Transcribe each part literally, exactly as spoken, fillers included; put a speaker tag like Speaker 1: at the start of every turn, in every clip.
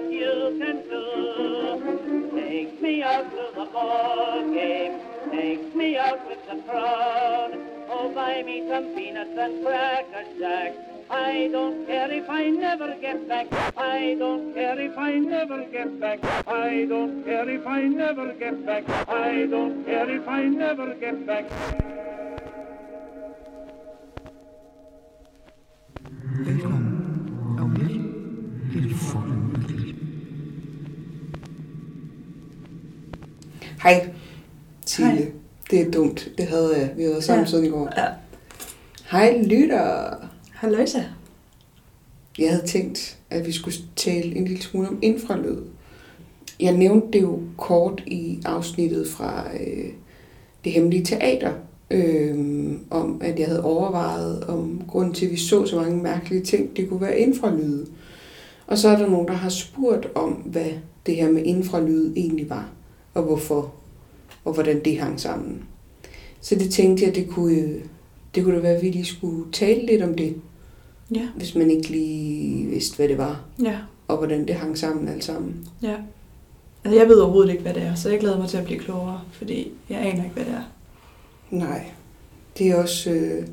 Speaker 1: what you can do. Take me out to the ball game, take me out with the crowd. Oh, buy me some peanuts and cracker jack. I don't care if I never get back. I don't care if I never get back. I don't care if I never get back. I don't care if I never get back.
Speaker 2: Velkommen og virkelig helt fucking virkelig.
Speaker 3: Hej, Signe. Det er dumt. Det havde jeg. Vi havde sammen ja. siden i går.
Speaker 4: Ja.
Speaker 3: Hej, lytter.
Speaker 4: Halløjsa.
Speaker 3: Jeg havde tænkt, at vi skulle tale en lille smule om infralyd. Jeg nævnte det jo kort i afsnittet fra øh, Det Hemmelige Teater, øh, om at jeg havde overvejet, om grunden til, at vi så så mange mærkelige ting, det kunne være infralyd. Og så er der nogen, der har spurgt om, hvad det her med infralyd egentlig var, og hvorfor, og hvordan det hang sammen. Så det tænkte jeg, at det kunne, det kunne da være, at vi lige skulle tale lidt om det.
Speaker 4: Ja.
Speaker 3: Hvis man ikke lige vidste, hvad det var.
Speaker 4: Ja.
Speaker 3: Og hvordan det hang sammen alt sammen.
Speaker 4: Ja. Altså, jeg ved overhovedet ikke, hvad det er, så jeg glæder mig til at blive klogere, fordi jeg aner ikke, hvad det er.
Speaker 3: Nej. Det er også... Øh...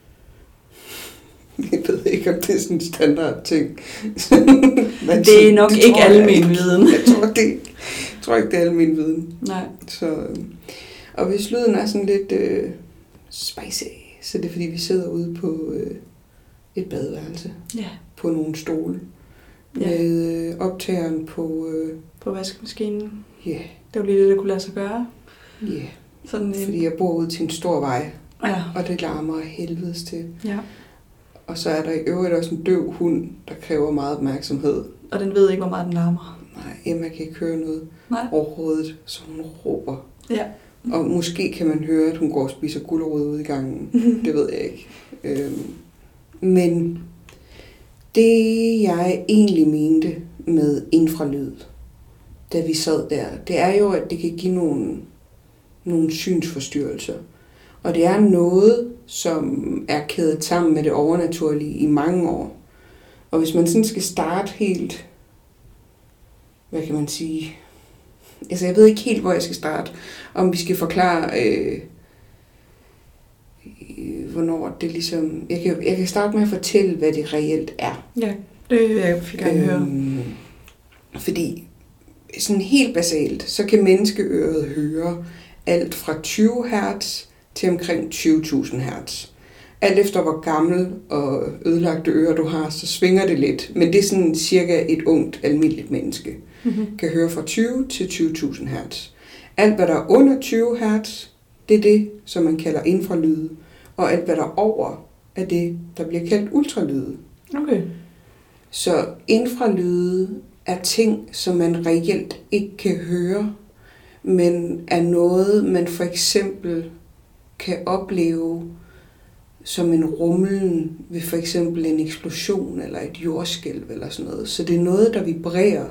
Speaker 3: Jeg ved ikke, om det er sådan en standard ting.
Speaker 4: Det er nok det ikke almen viden.
Speaker 3: Jeg tror, det, jeg tror ikke, det er almen viden.
Speaker 4: Nej.
Speaker 3: Så, øh... Og hvis lyden er sådan lidt øh... spicy, så det er, fordi vi sidder ude på... Øh... et badeværelse.
Speaker 4: Ja.
Speaker 3: På nogle stole.
Speaker 4: Ja.
Speaker 3: Med øh, optageren på... Øh,
Speaker 4: på vaskemaskinen.
Speaker 3: Ja. Yeah.
Speaker 4: Det var lige det, der kunne lade sig gøre.
Speaker 3: Ja. Yeah.
Speaker 4: Sådan en...
Speaker 3: Fordi jeg bor ude til en stor vej.
Speaker 4: Ja.
Speaker 3: Og det larmer helvedes til.
Speaker 4: Ja.
Speaker 3: Og så er der i øvrigt også en døv hund, der kræver meget opmærksomhed.
Speaker 4: Og den ved ikke, hvor meget den larmer.
Speaker 3: Nej, Emma kan ikke høre noget
Speaker 4: Nej.
Speaker 3: overhovedet, så hun råber.
Speaker 4: Ja.
Speaker 3: Og måske kan man høre, at hun går og spiser gulerod ude i gangen. Det ved jeg ikke. Øhm, men det, jeg egentlig mente med infralyd, da vi sad der, det er jo, at det kan give nogle, nogle synsforstyrrelser. Og det er noget, som er kædet sammen med det overnaturlige i mange år. Og hvis man sådan skal starte helt, hvad kan man sige, altså jeg ved ikke helt, hvor jeg skal starte, om vi skal forklare, øh, hvornår det ligesom, jeg kan, jeg kan starte med at fortælle, hvad det reelt er.
Speaker 4: Ja, det vil jeg gerne høre.
Speaker 3: Øhm, fordi sådan helt basalt, så kan menneskeøret høre alt fra tyve hertz til omkring tyve tusind hertz. Alt efter hvor gammel og ødelagte ører du har, så svinger det lidt. Men det er sådan cirka et ungt, almindeligt menneske. Mm-hmm. Kan høre fra tyve til tyve tusind hertz. Alt hvad der er under tyve hertz, det er det, som man kalder infralyd. Og alt hvad der er over, er det, der bliver kaldt ultralyd.
Speaker 4: Okay.
Speaker 3: Så infralyd er ting, som man reelt ikke kan høre, men er noget, man for eksempel kan opleve som en rumlen ved for eksempel en eksplosion eller et jordskælv eller sådan noget. Så det er noget, der vibrerer.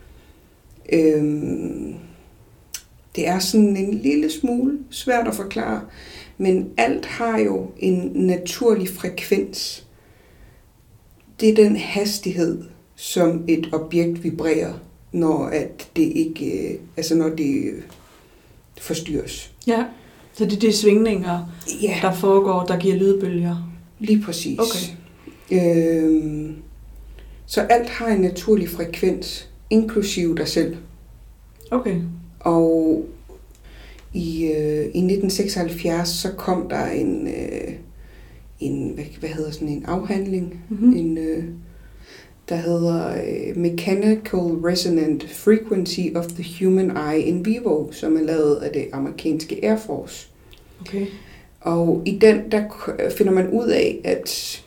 Speaker 3: Øhm, det er sådan en lille smule svært at forklare, men alt har jo en naturlig frekvens. Det er den hastighed, som et objekt vibrerer, når at det ikke, altså når det forstyrres.
Speaker 4: Ja, så det er de svingninger,
Speaker 3: ja.
Speaker 4: der foregår, der giver lydbølger.
Speaker 3: Lige præcis.
Speaker 4: Okay.
Speaker 3: Øhm, så alt har en naturlig frekvens, inklusive dig selv.
Speaker 4: Okay.
Speaker 3: Og i, øh, i nitten seksoghalvfjerds så kom der en, øh, en hvad, hvad hedder sådan en afhandling, mm-hmm. en, øh, der hedder øh, Mechanical Resonant Frequency of the Human Eye in Vivo, som er lavet af det amerikanske Air Force.
Speaker 4: Okay. Og
Speaker 3: i den, der finder man ud af, at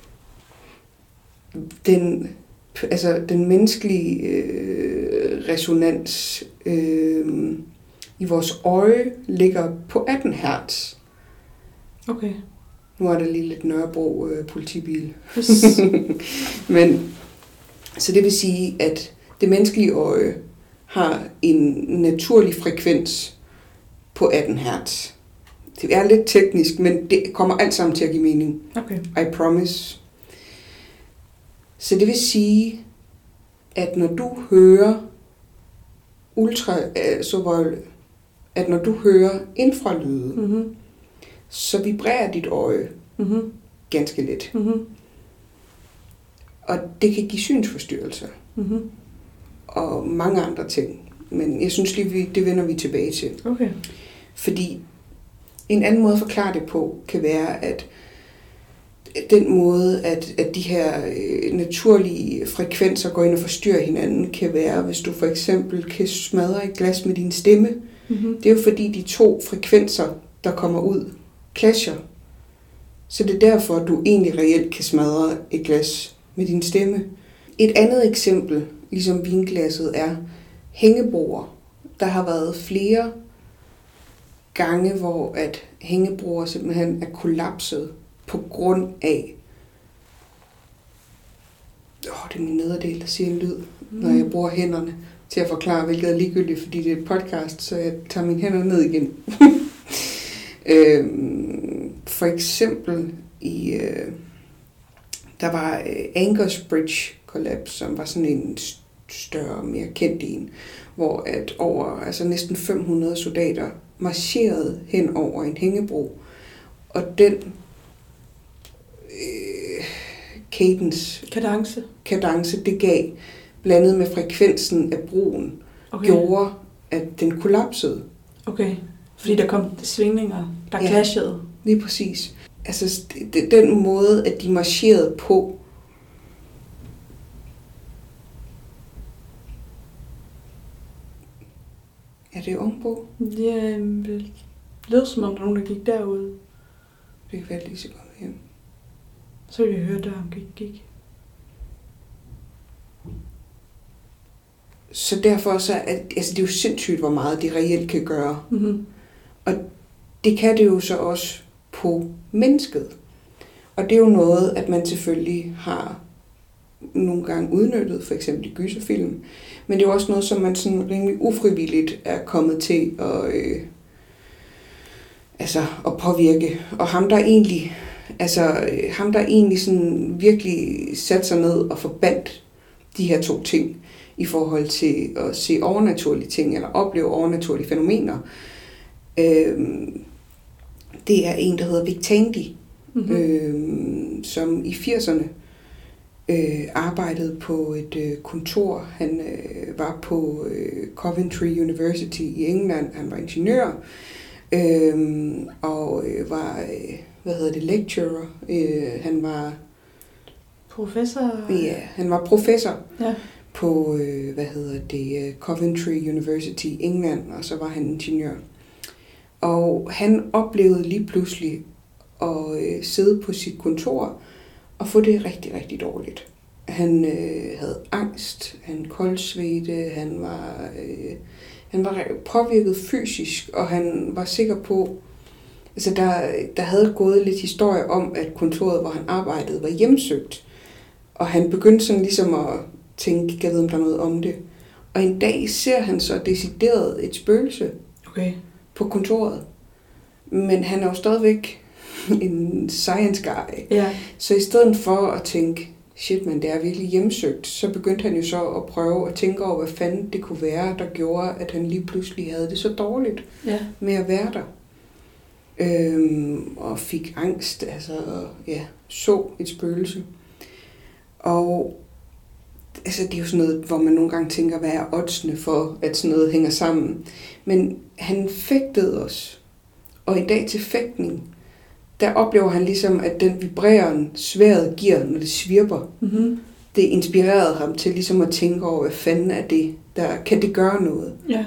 Speaker 3: den, altså den menneskelige øh, resonans øh, i vores øje ligger på atten hertz.
Speaker 4: Okay.
Speaker 3: Nu er der lige lidt Nørrebro øh, politibil. Men, så det vil sige, at det menneskelige øje har en naturlig frekvens på atten hertz. Det er lidt teknisk, men det kommer alt sammen til at give mening.
Speaker 4: Okay.
Speaker 3: I promise. Så det vil sige, at når du hører ultra, altså, at når du hører infralyde,
Speaker 4: Mm-hmm.
Speaker 3: så vibrerer dit øje
Speaker 4: Mm-hmm.
Speaker 3: ganske lidt.
Speaker 4: Mm-hmm.
Speaker 3: Og det kan give synsforstyrrelser
Speaker 4: Mm-hmm.
Speaker 3: og mange andre ting. Men jeg synes lige, vi, det vender vi tilbage til.
Speaker 4: Okay.
Speaker 3: Fordi en anden måde at forklare det på, kan være, at den måde, at, at de her øh, naturlige frekvenser går ind og forstyrrer hinanden, kan være, hvis du for eksempel kan smadre et glas med din stemme.
Speaker 4: Mm-hmm.
Speaker 3: Det er jo fordi, de to frekvenser, der kommer ud, clasher. Så det er derfor, at du egentlig reelt kan smadre et glas med din stemme. Et andet eksempel, ligesom vinglasset, er hængebroer. Der har været flere gange, hvor at hængebroer simpelthen er kollapset på grund af... Åh, det er min nederdel, der siger en lyd, mm. når jeg bruger hænderne til at forklare, hvilket er ligegyldigt, fordi det er et podcast, så jeg tager mine hænder ned igen. øhm, for eksempel i... Øh, der var øh, Angers Bridge Collapse, som var sådan en større, mere kendt en, hvor at over altså næsten fem hundrede soldater marcherede hen over en hængebro, og den øh, cadence,
Speaker 4: Kadence.
Speaker 3: kadence, det gav, blandet med frekvensen af broen,
Speaker 4: Okay.
Speaker 3: gjorde, at den kollapsede.
Speaker 4: Okay. Fordi der kom svingninger, der
Speaker 3: Ja.
Speaker 4: clashede.
Speaker 3: Lige præcis. Altså, det- den måde, at de marcherede på, er det ombord?
Speaker 4: Ja, det lød som om der var nogen, der gik derud.
Speaker 3: Det kan være lige så godt hjem.
Speaker 4: Så ville jeg høre, der om gik, gik.
Speaker 3: Så derfor så, at, altså det er jo sindssygt, hvor meget det reelt kan gøre.
Speaker 4: Mm-hmm.
Speaker 3: Det kan det jo så også på mennesket. Og det er jo noget, at man selvfølgelig har nogle gange udnyttet, for eksempel i gyserfilm. Men det er jo også noget, som man sådan rimelig ufrivilligt er kommet til at, øh, altså, at påvirke. Og ham, der egentlig, altså, øh, ham, der egentlig sådan virkelig satte sig ned og forbandt de her to ting i forhold til at se overnaturlige ting, eller opleve overnaturlige fænomener, øh, det er en, der hedder Vic Tandy,
Speaker 4: Mm-hmm.
Speaker 3: øh, som i firserne øh, arbejdede på et øh, kontor. Han øh, var på øh, Coventry University i England. Han var ingeniør øh, og øh, var, øh, hvad hedder det, lecturer. Øh, han var,
Speaker 4: Professor.
Speaker 3: ja, han var professor
Speaker 4: Ja.
Speaker 3: på, øh, hvad hedder det, Coventry University i England, og så var han ingeniør. Og han oplevede lige pludselig at øh, sidde på sit kontor og få det rigtig, rigtig dårligt. Han øh, havde angst, han koldsvedte, han var, øh, han var påvirket fysisk, og han var sikker på, altså der, der havde gået lidt historie om, at kontoret, hvor han arbejdede, var hjemsøgt. Og han begyndte sådan ligesom at tænke, jeg ved, om der er noget om det. Og en dag ser han så decideret et spøgelse
Speaker 4: Okay.
Speaker 3: på kontoret. Men han er jo stadigvæk en science guy.
Speaker 4: Ja.
Speaker 3: Så i stedet for at tænke, shit, men det er virkelig hjemsøgt, så begyndte han jo så at prøve at tænke over, hvad fanden det kunne være, der gjorde, at han lige pludselig havde det så dårligt
Speaker 4: Ja.
Speaker 3: med at være der. Øhm, og fik angst, altså ja, så et spøgelse. Og altså, det er jo sådan noget, hvor man nogle gange tænker, hvad er oddsene for, at sådan noget hænger sammen. Men han fægtede os. Og i dag til fægtning, der oplever han ligesom, at den vibreren sværet giver, når det svirper,
Speaker 4: Mm-hmm.
Speaker 3: det inspirerede ham til ligesom at tænke over, hvad fanden er det, der kan det gøre noget.
Speaker 4: Ja.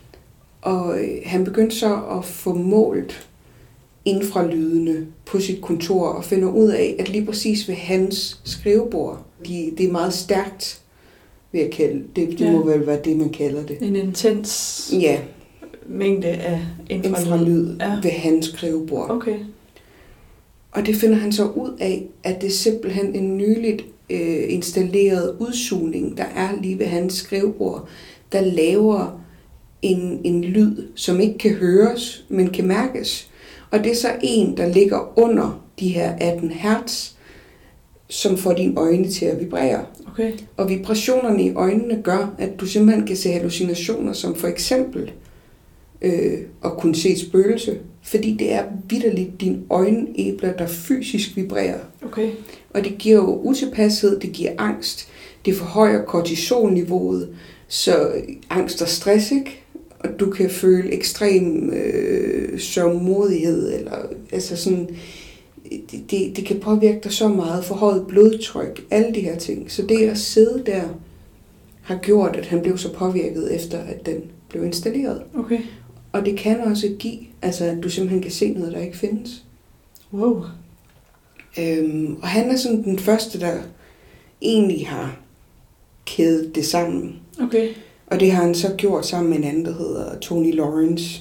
Speaker 3: Og øh, han begyndte så at få målt infralydene på sit kontor og finder ud af, at lige præcis ved hans skrivebord, de, det er meget stærkt, vil jeg kalde det. Det
Speaker 4: Ja.
Speaker 3: må vel være det, man kalder det.
Speaker 4: En intens
Speaker 3: Ja,
Speaker 4: mængde af infralyd.
Speaker 3: infralyd
Speaker 4: Ja.
Speaker 3: ved hans skrivebord.
Speaker 4: Okay.
Speaker 3: Og det finder han så ud af, at det er simpelthen en nyligt øh, installeret udsugning, der er lige ved hans skrivebord, der laver en, en lyd, som ikke kan høres, men kan mærkes. Og det er så en, der ligger under de her atten hertz, som får dine øjne til at vibrere.
Speaker 4: Okay.
Speaker 3: Og vibrationerne i øjnene gør, at du simpelthen kan se hallucinationer, som for eksempel øh, at kunne se et spøgelse, fordi det er vitterligt dine øjenæbler, der fysisk vibrerer.
Speaker 4: Okay.
Speaker 3: Og det giver jo utilpashed, det giver angst, det forhøjer kortisolniveauet, så angst og stress, ikke? Og du kan føle ekstrem øh, sørgmodighed, eller altså sådan, det, det, det kan påvirke dig så meget, forhøjet blodtryk, alle de her ting. Så det at sidde der har gjort, at han blev så påvirket efter, at den blev installeret.
Speaker 4: Okay.
Speaker 3: Og det kan også give, altså at du simpelthen kan se noget, der ikke findes.
Speaker 4: Wow.
Speaker 3: Øhm, og han er sådan den første, der egentlig har kædet det sammen.
Speaker 4: Okay.
Speaker 3: Og det har han så gjort sammen med en anden, der hedder Tony Lawrence.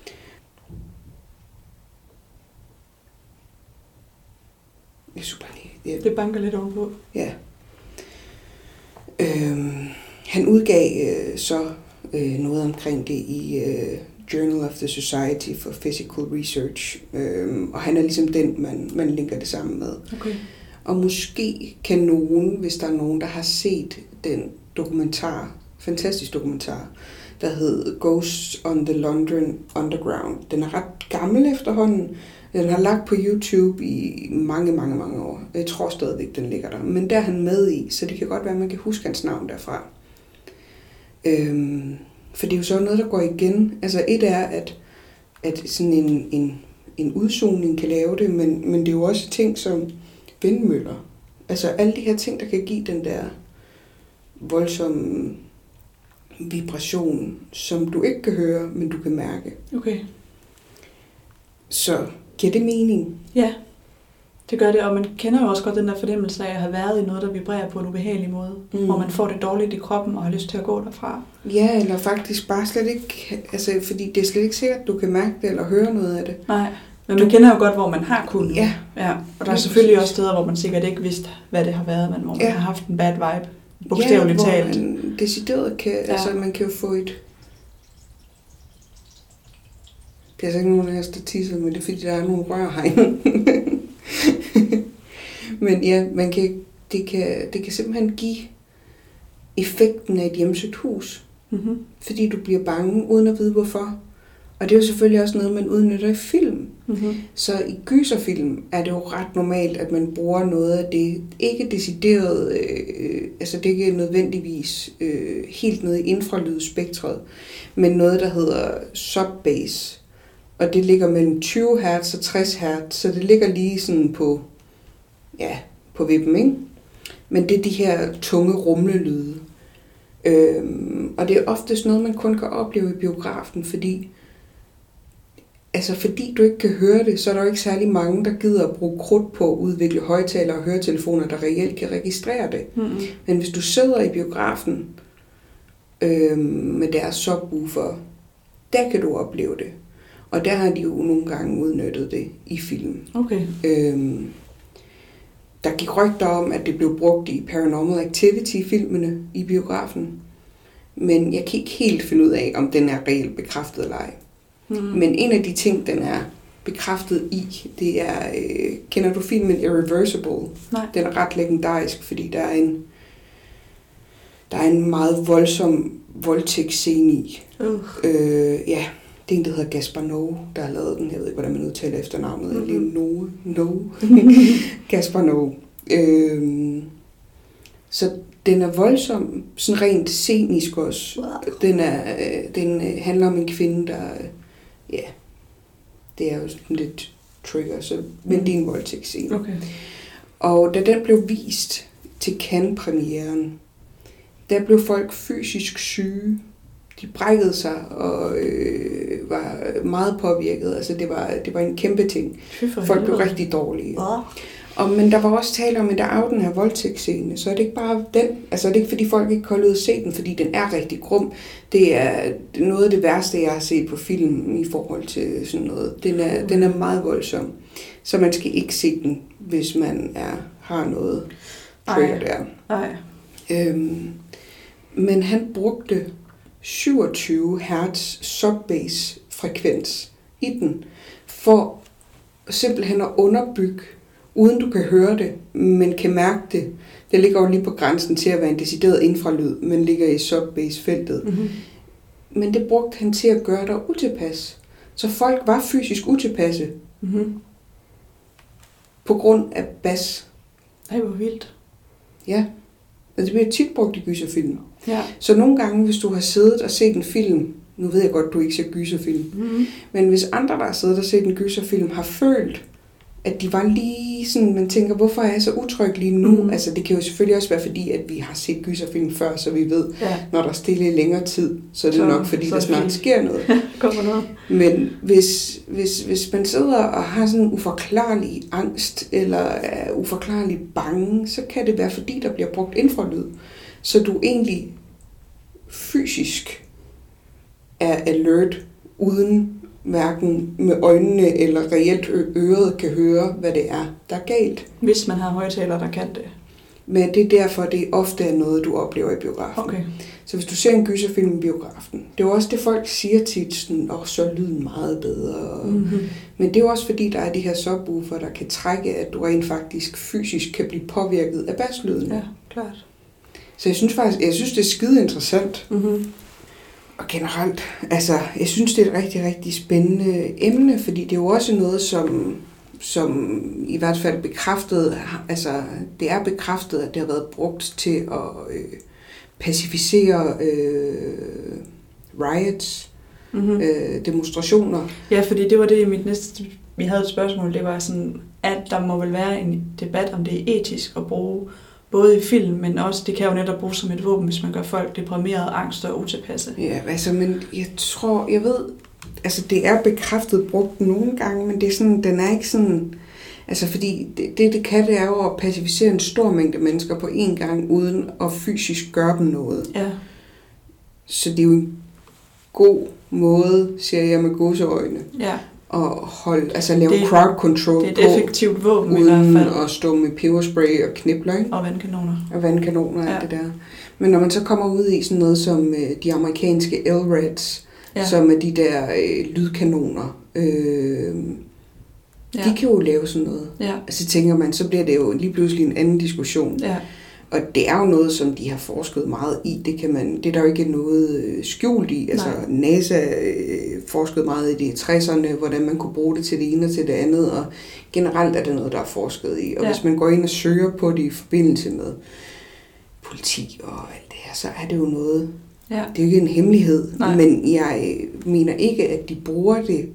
Speaker 3: Det er super lige.
Speaker 4: Det banker lidt ovenpå.
Speaker 3: Ja. Øhm, han udgav øh, så øh, noget omkring det i øh, Journal of the Society for Physical Research. Øhm, og han er ligesom den, man, man linker det sammen med.
Speaker 4: Okay.
Speaker 3: Og måske kan nogen, hvis der er nogen, der har set den dokumentar, fantastisk dokumentar, der hed Ghosts on the London Underground. Den er ret gammel efterhånden. Den har lagt på YouTube i mange, mange, mange år. Jeg tror stadigvæk, den ligger der. Men der er han med i, så det kan godt være, at man kan huske hans navn derfra. Øhm, for det er jo så noget, der går igen. Altså et er, at, at sådan en, en, en udzoning kan lave det, men, men det er jo også ting som vindmøller. Altså alle de her ting, der kan give den der voldsomme vibration, som du ikke kan høre, men du kan mærke.
Speaker 4: Okay.
Speaker 3: Så giver det mening?
Speaker 4: Ja, det gør det, og man kender jo også godt den der fornemmelse af at have været i noget, der vibrerer på en ubehagelig måde, mm. hvor man får det dårligt i kroppen og har lyst til at gå derfra.
Speaker 3: Ja, eller faktisk bare slet ikke, altså fordi det er slet ikke sikkert, at du kan mærke det eller høre noget af det.
Speaker 4: Nej, men man kender jo godt, hvor man har kunnet.
Speaker 3: Ja.
Speaker 4: Ja. Og der er selvfølgelig også steder, hvor man sikkert ikke vidste, hvad det har været, men hvor man
Speaker 3: ja.
Speaker 4: har haft en bad vibe, bogstaveligt
Speaker 3: ja,
Speaker 4: talt.
Speaker 3: Ja, hvor man decideret kan, ja. altså man kan jo få et... Det er altså ikke nogen af os, der tisser, men det er fordi, der er nogle rør herinde. Men ja, man kan, det, kan, det kan simpelthen give effekten af et hjemsøgt hus.
Speaker 4: Mm-hmm. Fordi
Speaker 3: du bliver bange, uden at vide hvorfor. Og det er jo selvfølgelig også noget, man udnytter i film.
Speaker 4: Mm-hmm.
Speaker 3: Så i gyserfilm er det jo ret normalt, at man bruger noget af det, ikke decideret, øh, altså det er ikke nødvendigvis øh, helt nede i infralydspektret, men noget, der hedder subbass. Og det ligger mellem tyve hertz og tres hertz, så det ligger lige sådan på, ja, på vippen, ikke? Men det er de her tunge rumlelyde. Øhm, og det er oftest noget, man kun kan opleve i biografen, fordi altså fordi du ikke kan høre det, så er der jo ikke særlig mange, der gider at bruge krudt på at udvikle højtalere og høretelefoner, der reelt kan registrere det. Mm-hmm. Men hvis du sidder i biografen øhm, med deres subwoofer, der kan du opleve det. Og der har de jo nogle gange udnyttet det i film.
Speaker 4: Okay.
Speaker 3: Øhm, der gik rygter om, at det blev brugt i Paranormal Activity-filmene i biografen. Men jeg kan ikke helt finde ud af, om den er reelt bekræftet eller ej. Mm. Men en af de ting, den er bekræftet i, det er, øh, kender du filmen Irreversible?
Speaker 4: Nej.
Speaker 3: Den er ret legendarisk, fordi der er en, der er en meget voldsom voldtægtsscene i. Uh. Øh, ja, det er en, der hedder Gaspar Noé, der har lavet den. Jeg ved ikke, hvordan man udtaler efternavnet. Mm-hmm. Lige Noe. No. Gaspar Noé. Øh, så den er voldsom, sådan rent scenisk også. Wow. Den, er, den handler om en kvinde, der, ja, det er jo sådan lidt trigger, så, men det er en voldtægtsscene.
Speaker 4: Okay.
Speaker 3: Og da den blev vist til Cannes-premieren, der blev folk fysisk syge. De brækkede sig og øh, var meget påvirket. Altså det var, det var en kæmpe ting. Folk blev rigtig dårlige. Oh. Og, men der var også tale om, at der er den her voldtægtsscene, så er det ikke bare den, altså det er ikke fordi folk ikke kan holde ud at se den, fordi den er rigtig grum. Det er noget af det værste, jeg har set på film i forhold til sådan noget. Den er, mm. den er meget voldsom, så man skal ikke se den, hvis man er, har noget trigger der.
Speaker 4: Nej.
Speaker 3: Øhm, men han brugte syvogtyve hertz subbass frekvens i den, for simpelthen at underbygge uden du kan høre det, men kan mærke det. Det ligger jo lige på grænsen til at være en decideret infralyd, men ligger i subbase-feltet.
Speaker 4: Mm-hmm. Men
Speaker 3: det brugte han til at gøre dig utilpas. Så folk var fysisk utilpasse.
Speaker 4: Mm-hmm.
Speaker 3: På grund af bas.
Speaker 4: Ej, hvor vildt.
Speaker 3: Ja, og det bliver tit brugt i gyserfilm.
Speaker 4: Ja.
Speaker 3: Så nogle gange, hvis du har siddet og set en film, nu ved jeg godt, du ikke ser gyserfilm,
Speaker 4: mm-hmm.
Speaker 3: men hvis andre, der har siddet og set en gyserfilm, har følt, at de var lige sådan, man tænker, hvorfor er jeg så utryg lige nu? Mm. Altså det kan jo selvfølgelig også være fordi, at vi har set gyserfilm før, så vi ved,
Speaker 4: ja.
Speaker 3: når der er stille i længere tid, så er det så, nok fordi, der snart sker noget.
Speaker 4: Kommer noget.
Speaker 3: Men hvis, hvis, hvis man sidder og har sådan en uforklarlig angst, eller er uforklarlig bange, så kan det være fordi, der bliver brugt infralyd. Så du egentlig fysisk er alert, uden hverken med øjnene eller reelt øret kan høre, hvad det er, der er galt.
Speaker 4: Hvis man har højtaler, der kan det.
Speaker 3: Men det er derfor, det ofte er noget, du oplever i biografen.
Speaker 4: Okay.
Speaker 3: Så hvis du ser en gyserfilm i biografen, det er jo også det, folk siger tit, sådan, åh, så er lyden meget bedre.
Speaker 4: Mm-hmm.
Speaker 3: Men det er jo også fordi, der er de her subwoofer, der kan trække, at du rent faktisk fysisk kan blive påvirket af baslyden.
Speaker 4: Ja, klart.
Speaker 3: Så jeg synes faktisk, jeg synes, det er skide interessant.
Speaker 4: Mm-hmm.
Speaker 3: Og generelt, altså, jeg synes, det er et rigtig, rigtig spændende emne, fordi det er jo også noget, som, som i hvert fald bekræftet, altså, det er bekræftet, at det har været brugt til at øh, pacificere øh, riots, mm-hmm. øh, demonstrationer.
Speaker 4: Ja, fordi det var det i mit næste, vi havde et spørgsmål, det var sådan, at der må vel være en debat, om det er etisk at bruge både i film, men også, det kan jo netop bruges som et våben, hvis man gør folk deprimeret, angst og utilpasse.
Speaker 3: Ja, altså, men jeg tror, jeg ved, altså det er bekræftet brugt nogle gange, men det er sådan, den er ikke sådan, altså fordi det, det, det kan, det er jo at pacificere en stor mængde mennesker på én gang, uden at fysisk gøre dem noget.
Speaker 4: Ja.
Speaker 3: Så det er jo en god måde, siger jeg med gåseøjne,
Speaker 4: ja.
Speaker 3: at holde, altså lave
Speaker 4: det,
Speaker 3: crowd control
Speaker 4: det er et effektivt våben
Speaker 3: på,
Speaker 4: i hvert fald.
Speaker 3: uden at stå med peberspray og knibler, ikke?
Speaker 4: Og vandkanoner.
Speaker 3: Og vandkanoner og
Speaker 4: ja.
Speaker 3: alt det der. Men når man så kommer ud i sådan noget som øh, de amerikanske L RADs, ja. som er de der øh, lydkanoner, øh, ja. de kan jo lave sådan noget.
Speaker 4: Ja.
Speaker 3: Altså tænker man, så bliver det jo lige pludselig en anden diskussion.
Speaker 4: Ja.
Speaker 3: Og det er jo noget, som de har forsket meget i. Det, kan man, det er der jo ikke noget øh, skjult i. Altså
Speaker 4: Nej.
Speaker 3: NASA øh, forskede meget i det i tresserne, hvordan man kunne bruge det til det ene og til det andet. Og generelt er det noget, der er forsket i. Og ja. hvis man går ind og søger på det i forbindelse med politi og alt det her, så er det jo noget.
Speaker 4: Ja.
Speaker 3: Det er jo ikke en hemmelighed.
Speaker 4: Nej.
Speaker 3: Men jeg mener ikke, at de bruger det.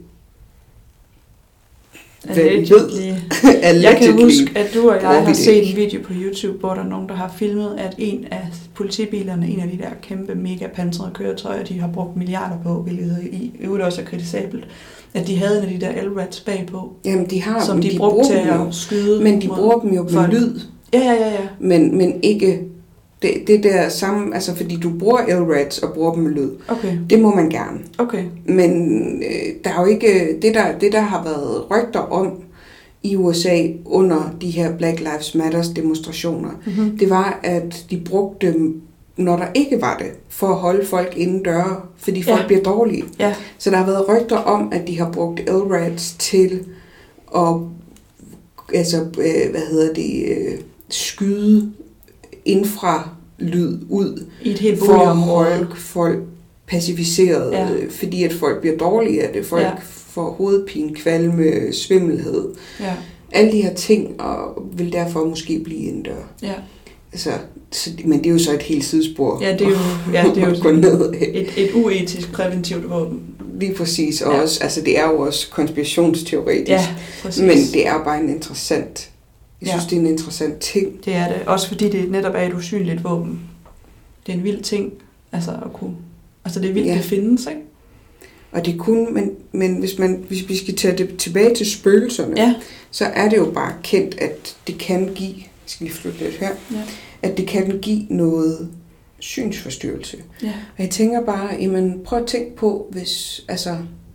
Speaker 4: Allegedly. Jeg kan huske, at du og jeg har set en video på YouTube, hvor der er nogen, der har filmet, at en af politibilerne, en af de der kæmpe mega pansrede køretøjer, de har brugt milliarder på, hvilket i øvrigt også er kritisabelt, at de havde en af de der L RADs bagpå,
Speaker 3: Jamen, de har
Speaker 4: som
Speaker 3: dem,
Speaker 4: de,
Speaker 3: de
Speaker 4: brugte til at
Speaker 3: jo.
Speaker 4: skyde.
Speaker 3: Men de bruger dem jo med lyd.
Speaker 4: Ja, ja, ja. ja.
Speaker 3: Men, men ikke det, det der samme, altså fordi du bruger L RADs og bruger dem med lyd.
Speaker 4: Okay.
Speaker 3: Det må man gerne.
Speaker 4: Okay.
Speaker 3: Men øh, der er jo ikke, det der, det der har været rygter om i U S A under de her Black Lives Matters demonstrationer, mm-hmm. det var, at de brugte dem, når der ikke var det, for at holde folk inden døre, fordi folk ja. bliver dårlige.
Speaker 4: Ja.
Speaker 3: Så der har været rygter om, at de har brugt L RADs til at, altså, øh, hvad hedder det, øh, skyde infralyd ud
Speaker 4: i et helt
Speaker 3: for at holde folk pacificeret,
Speaker 4: ja.
Speaker 3: fordi at folk bliver dårlige af det. Folk ja. får hovedpine, kvalme, svimmelhed.
Speaker 4: Ja.
Speaker 3: Alle de her ting, og vil derfor måske blive indendør.
Speaker 4: Ja.
Speaker 3: Altså, så, men det er jo så et helt sidespor.
Speaker 4: Ja, det er jo, ja, det er jo et, et uetisk præventivt våben.
Speaker 3: Lige præcis, og
Speaker 4: ja.
Speaker 3: også, altså det er jo også konspirationsteoretisk.
Speaker 4: Ja, præcis.
Speaker 3: Men det er jo bare en interessant, jeg synes, ja. det er en interessant ting.
Speaker 4: Det er det, også fordi det netop er et usynligt våben. Det er en vild ting, altså at kunne, altså det er vildt, ja. det findes, ikke?
Speaker 3: Og det kunne, men, men hvis, man, hvis vi skal tage det tilbage til spøgelserne,
Speaker 4: ja.
Speaker 3: så er det jo bare kendt, at det kan give, jeg skal lige flytte lidt her,
Speaker 4: ja.
Speaker 3: at det kan give noget synsforstyrrelse.
Speaker 4: Ja.
Speaker 3: Og jeg tænker bare, jamen prøv at tænke på, hvis, altså,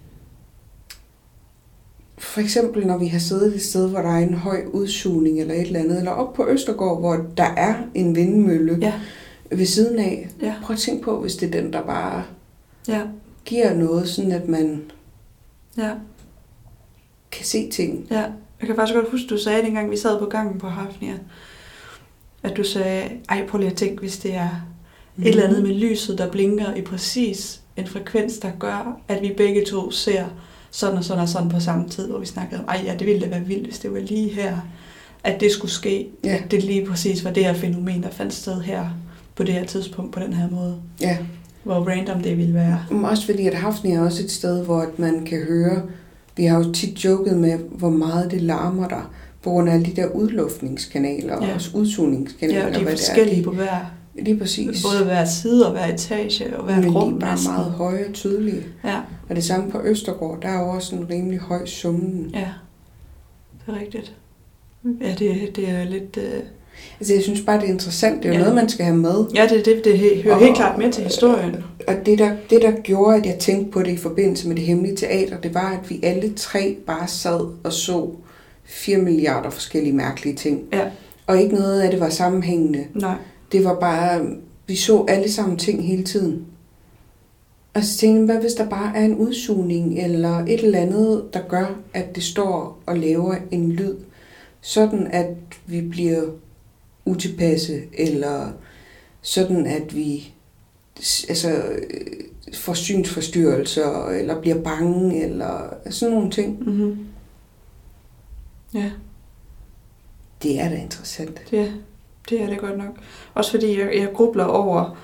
Speaker 3: for eksempel når vi har siddet et sted, hvor der er en høj udsugning eller et eller andet, eller op på Østergaard, hvor der er en vindmølle
Speaker 4: ja.
Speaker 3: ved siden af.
Speaker 4: Ja.
Speaker 3: Prøv at tænke på, hvis det er den, der bare
Speaker 4: ja.
Speaker 3: giver noget, sådan at man
Speaker 4: ja.
Speaker 3: kan se ting.
Speaker 4: Ja, Jeg kan faktisk godt huske, du sagde, dengang vi sad på gangen på Hafnia, at du sagde, ej, prøv lige at tænke, hvis det er mm. et eller andet med lyset, der blinker i præcis en frekvens, der gør, at vi begge to ser sådan og sådan og sådan på samme tid, hvor vi snakkede om, ej, ja, det ville da være vildt, hvis det var lige her, at det skulle ske. Ja. At det lige præcis var det her fænomen, der fandt sted her, på det her tidspunkt, på den her måde.
Speaker 3: Ja.
Speaker 4: Hvor random det ville være.
Speaker 3: Også fordi, at Hafnia er også et sted, hvor man kan høre, vi har jo tit joket med, hvor meget det larmer der, på grund af alle de der udluftningskanaler, ja. Og også udsugningskanaler.
Speaker 4: Ja, og de er forskellige på hver.
Speaker 3: Lige præcis.
Speaker 4: Både hver side og hver etage og hver
Speaker 3: Men
Speaker 4: rum.
Speaker 3: Men de er bare meget høje og tydelige.
Speaker 4: Ja.
Speaker 3: Og det samme på Østergaard, der er jo også en rimelig høj summen.
Speaker 4: Ja, det er rigtigt. Ja, det, det er lidt... Øh...
Speaker 3: Altså, jeg synes bare, det er interessant. Det er jo ja. noget, man skal have med.
Speaker 4: Ja, det, det, det hører og, helt klart med til historien.
Speaker 3: Og det der, det, der gjorde, at jeg tænkte på det i forbindelse med Det Hemmelige Teater, det var, at vi alle tre bare sad og så fire milliarder forskellige mærkelige ting.
Speaker 4: Ja.
Speaker 3: Og ikke noget af det var sammenhængende.
Speaker 4: Nej.
Speaker 3: Det var bare, vi så alle sammen ting hele tiden. Og så tænkte jeg, hvad hvis der bare er en udsugning, eller et eller andet, der gør, at det står og laver en lyd, sådan at vi bliver utilpasse, eller sådan at vi altså, får synsforstyrrelser, eller bliver bange, eller sådan nogle ting.
Speaker 4: Mm-hmm. Ja.
Speaker 3: Det er da interessant.
Speaker 4: Det, det er det godt nok. Også fordi jeg, jeg grubler over,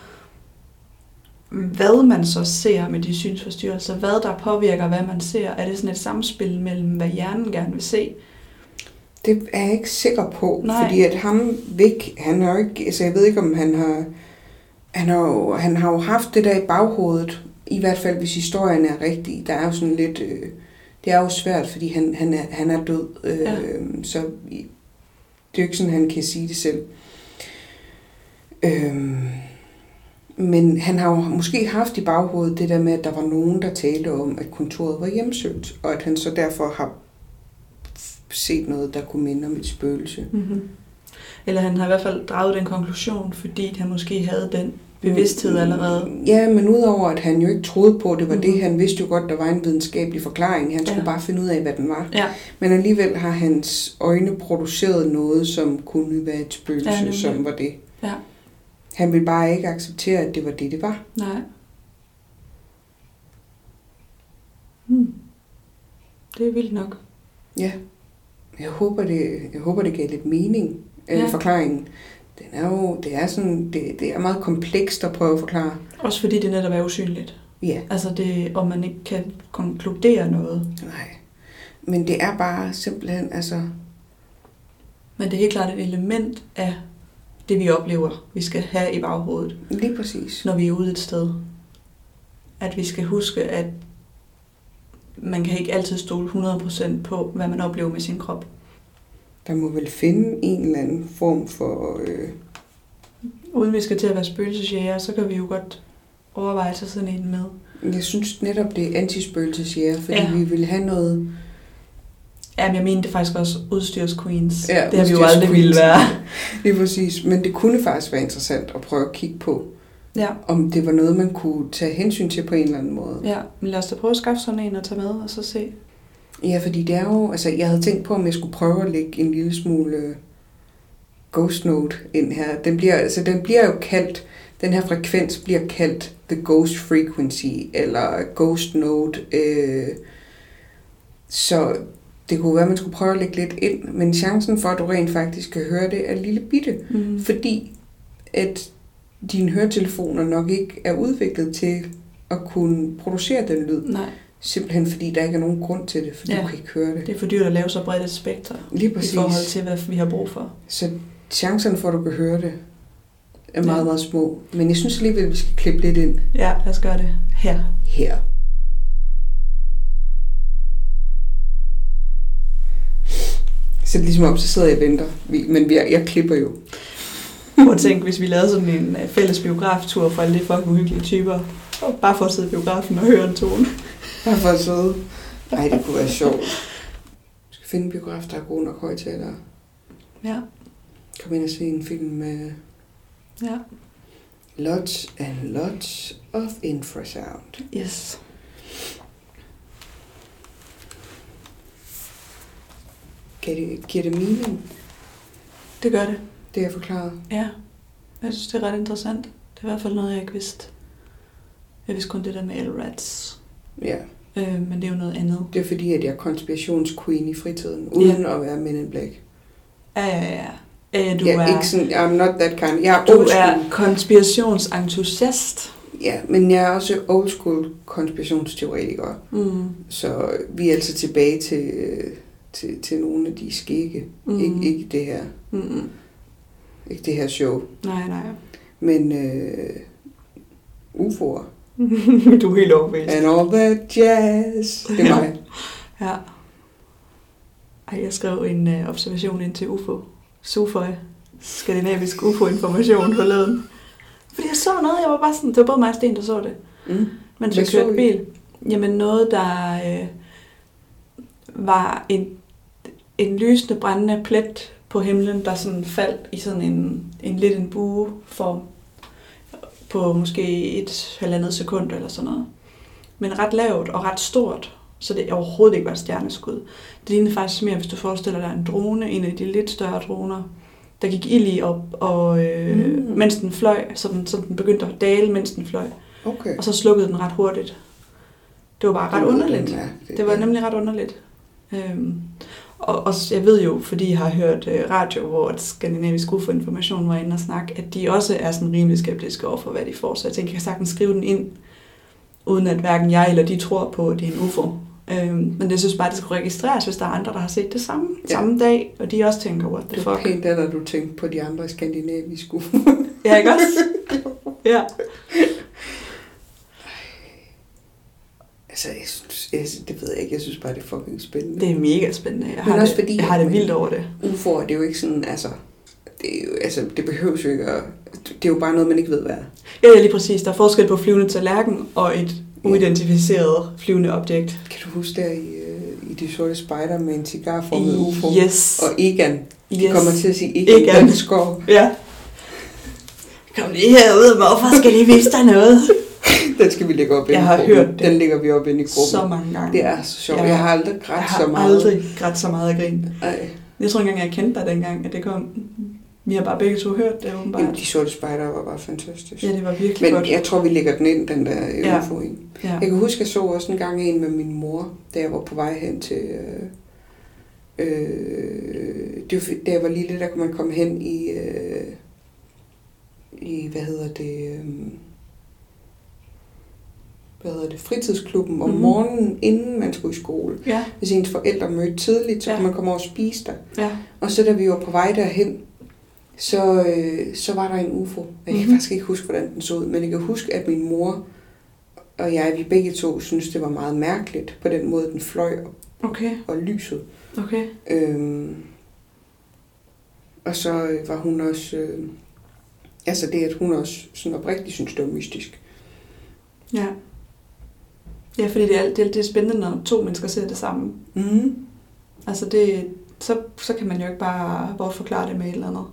Speaker 4: hvad man så ser med de synsforstyrrelser. Hvad der påvirker, hvad man ser. Er det sådan et samspil mellem, hvad hjernen gerne vil se?
Speaker 3: Det er jeg ikke sikker på,
Speaker 4: Nej.
Speaker 3: Fordi at ham væk, han har ikke, altså jeg ved ikke om han har, han har jo, han har jo haft det der i baghovedet, i hvert fald hvis historien er rigtig. Der er jo sådan lidt, øh, det er jo svært, fordi han, han, er, han er død, øh, ja. Så det er jo ikke sådan, han kan sige det selv. Øh, men han har jo måske haft i baghovedet det der med, at der var nogen, der talte om, at kontoret var hjemsøgt, og at han så derfor har set noget, der kunne minde om et spøgelse.
Speaker 4: Mm-hmm. Eller han har i hvert fald draget den konklusion, fordi han måske havde den bevidsthed allerede.
Speaker 3: Ja, men udover at han jo ikke troede på, det var mm-hmm. det, han vidste jo godt, der var en videnskabelig forklaring. Han skulle ja. bare finde ud af, hvad den var.
Speaker 4: Ja.
Speaker 3: Men alligevel har hans øjne produceret noget, som kunne være et spøgelse, ja, som var det.
Speaker 4: Ja.
Speaker 3: Han ville bare ikke acceptere, at det var det, det var.
Speaker 4: Nej. Hmm. Det er vildt nok.
Speaker 3: Ja. Jeg håber, det, jeg håber, det gav lidt mening, øh, ja. forklaringen. Den er jo, det er sådan, det, det er meget komplekst at prøve at forklare.
Speaker 4: Også fordi det netop er usynligt.
Speaker 3: Ja.
Speaker 4: Altså det, og man ikke kan konkludere noget.
Speaker 3: Nej. Men det er bare simpelthen, altså...
Speaker 4: Men det er helt klart et element af det, vi oplever, vi skal have i baghovedet.
Speaker 3: Lige præcis.
Speaker 4: Når vi er ude et sted. At vi skal huske, at man kan ikke altid stole hundrede procent på, hvad man oplever med sin krop. Der
Speaker 3: må vel finde en eller anden form for... Øh...
Speaker 4: Uden vi skal til at være spøgelsesjæger, så kan vi jo godt overveje at tage sådan en med.
Speaker 3: Jeg synes netop, det er antispøgelsesjæger, fordi
Speaker 4: ja.
Speaker 3: vi vil have noget...
Speaker 4: Jamen, jeg mener det faktisk også udstyrsqueens.
Speaker 3: Ja,
Speaker 4: det har vi jo aldrig ville være.
Speaker 3: Lige præcis. Men det kunne faktisk være interessant at prøve at kigge på.
Speaker 4: Ja.
Speaker 3: Om det var noget, man kunne tage hensyn til på en eller anden måde.
Speaker 4: Ja, men lad os da prøve at skaffe sådan en og tage med og så se.
Speaker 3: Ja, fordi det er jo... Altså, jeg havde tænkt på, om jeg skulle prøve at lægge en lille smule ghost note ind her. Den bliver, altså, den bliver jo kaldt... Den her frekvens bliver kaldt the ghost frequency, eller ghost note. Øh, så det kunne være, at man skulle prøve at lægge lidt ind. Men chancen for, at du rent faktisk kan høre det, er lille bitte. Mm. Fordi at dine høretelefoner nok ikke er udviklet til at kunne producere den lyd.
Speaker 4: Nej.
Speaker 3: Simpelthen fordi der ikke er nogen grund til det, for ja. du kan ikke høre det.
Speaker 4: Det er for dyrt at lave så bredt et spekter i forhold til, hvad vi har brug for.
Speaker 3: Så chancerne for, at du kan høre det, er meget, ja. meget små. Men jeg synes alligevel, at vi skal klippe lidt ind.
Speaker 4: Ja, lad os gøre det. Her.
Speaker 3: Her. Så det ligesom op, så sidder jeg og venter. Men jeg, jeg klipper jo.
Speaker 4: Prøv at tænke, hvis vi lavede sådan en fælles biograftur for alle de fucking uhyggelige typer. Bare for at sidde i biografen og høre en tone.
Speaker 3: Bare for at sidde. Ej, det kunne være sjovt. Vi skal finde en biograf, der er god nok højtalere.
Speaker 4: Ja.
Speaker 3: Kom ind og se en film med...
Speaker 4: Ja.
Speaker 3: Lots and lots of infrasound.
Speaker 4: Yes.
Speaker 3: giver det, giver det mening?
Speaker 4: Det gør det.
Speaker 3: Det jeg forklaret.
Speaker 4: Ja, jeg synes, det er ret interessant. Det er i hvert fald noget, jeg ikke vidste. Jeg vidste kun det der med L-Rats.
Speaker 3: Ja.
Speaker 4: Øh, men det er jo noget andet.
Speaker 3: Det er fordi, at jeg er konspirationsqueen i fritiden, uden ja. at være Men in Black.
Speaker 4: Ja, ja, ja. ja du
Speaker 3: jeg
Speaker 4: er,
Speaker 3: ikke sådan, I'm not that kind. Jeg er
Speaker 4: du
Speaker 3: old school.
Speaker 4: er konspirationsentusiast.
Speaker 3: Ja, men jeg er også old school konspirationsteoretiker.
Speaker 4: Mm.
Speaker 3: Så vi er altså tilbage til, til, til nogle af de skægge. Mm. Ik- ikke det her.
Speaker 4: Mm.
Speaker 3: Ikke det her show.
Speaker 4: Nej, nej.
Speaker 3: Men øh, U F O'er.
Speaker 4: Du er helt overbevist.
Speaker 3: And all that jazz. Det er mig.
Speaker 4: Ja. Ej, jeg skrev en uh, observation ind til U F O. Suføj. Skandinavisk U F O-information forleden. Fordi jeg så noget, jeg var bare sådan, det var både mig og Sten, der så det.
Speaker 3: Mm.
Speaker 4: Mens jeg kørte bil. Jamen noget, der øh, var en, en lysende, brændende plet på himlen, der sådan faldt i sådan en, en lidt en bueform på måske et halvandet sekund eller sådan noget. Men ret lavt og ret stort, så det overhovedet ikke var et stjerneskud. Det lignede faktisk mere, hvis du forestiller dig en drone, en af de lidt større droner, der gik ild i op, og øh, mm. mens den fløj, så den, så den begyndte at dale, mens den fløj.
Speaker 3: Okay.
Speaker 4: Og så slukkede den ret hurtigt. Det var bare ret underligt.
Speaker 3: Ja, det,
Speaker 4: det var nemlig ret underligt. Øhm, og, og jeg ved jo, fordi jeg har hørt øh, radio, hvor Skandinavisk U F O-information var inde og snakke, at de også er sådan rimelig skeptiske over for, hvad de får. Så jeg tænker, jeg kan sagtens skrive den ind, uden at hverken jeg eller de tror på, at det er en U F O. Øhm, men det synes bare, det skal registreres, hvis der er andre, der har set det samme, ja. samme dag, og de også tænker, what the fuck.
Speaker 3: Det er pænt, der du tænkte på de andre skandinaviske U F O.
Speaker 4: Ja, ikke også? Ja.
Speaker 3: Altså, jeg synes, jeg, det ved jeg ikke, jeg synes bare, det er fucking spændende.
Speaker 4: Det er mega spændende. Jeg
Speaker 3: men
Speaker 4: har
Speaker 3: også
Speaker 4: det,
Speaker 3: fordi,
Speaker 4: jeg har det vildt over det.
Speaker 3: U F O'er, det er jo ikke sådan, altså, det, er jo, altså, det behøves jo ikke at, det er jo bare noget, man ikke ved, hvad er.
Speaker 4: Ja, ja, lige præcis. Der er forskel på flyvende tallerken og et uidentificeret flyvende objekt.
Speaker 3: Kan du huske der i, uh, i De Sorte Spejder med en cigarformet U F O?
Speaker 4: Yes.
Speaker 3: Og Egan. De
Speaker 4: yes.
Speaker 3: kommer til at sige Egan, Egan. Danskov.
Speaker 4: Ja. Kom lige herud, hvorfor skal de vise dig noget?
Speaker 3: Den skal vi lægge op i
Speaker 4: Jeg har
Speaker 3: gruppen.
Speaker 4: hørt det.
Speaker 3: Den lægger vi op inde i gruppen.
Speaker 4: Så mange gange.
Speaker 3: Det er så sjovt. Jeg, jeg har aldrig grædt så meget.
Speaker 4: Jeg har aldrig grædt så meget af grin.
Speaker 3: Ej.
Speaker 4: Jeg tror ikke engang, jeg kendte dig dengang, at det kom. Vi har bare begge to hørt det, åbenbart.
Speaker 3: Jamen, De Sorte Spejder var bare fantastisk.
Speaker 4: Ja, det var virkelig
Speaker 3: Men
Speaker 4: godt.
Speaker 3: Men jeg tror, vi lægger den ind, den der
Speaker 4: ja.
Speaker 3: U F O ind.
Speaker 4: Ja.
Speaker 3: Jeg kan huske, at jeg så også en gang en med min mor, da jeg var på vej hen til... Øh, øh, det var, da jeg var lille, der kunne man komme hen i... Øh, i, hvad hedder det... Øh, hvad hedder det, fritidsklubben om mm-hmm. morgenen, inden man skulle i skole.
Speaker 4: Ja.
Speaker 3: Hvis ens forældre mødte tidligt, så ja. kunne man komme over og spise der. Ja. Og så da vi var på vej derhen, så, øh, så var der en U F O. Jeg kan mm-hmm. faktisk ikke huske, hvordan den så ud, men jeg kan huske, at min mor og jeg, vi begge to, synes det var meget mærkeligt, på den måde, den fløj
Speaker 4: okay.
Speaker 3: og lyset.
Speaker 4: Okay.
Speaker 3: Øhm, og så var hun også, øh, altså det, at hun også sådan oprigtigt synes, det var mystisk.
Speaker 4: Ja. Ja, fordi det er, det, er, det er spændende, når to mennesker ser det samme.
Speaker 3: Mm.
Speaker 4: Altså det, så, så kan man jo ikke bare bortforklare det med et eller andet.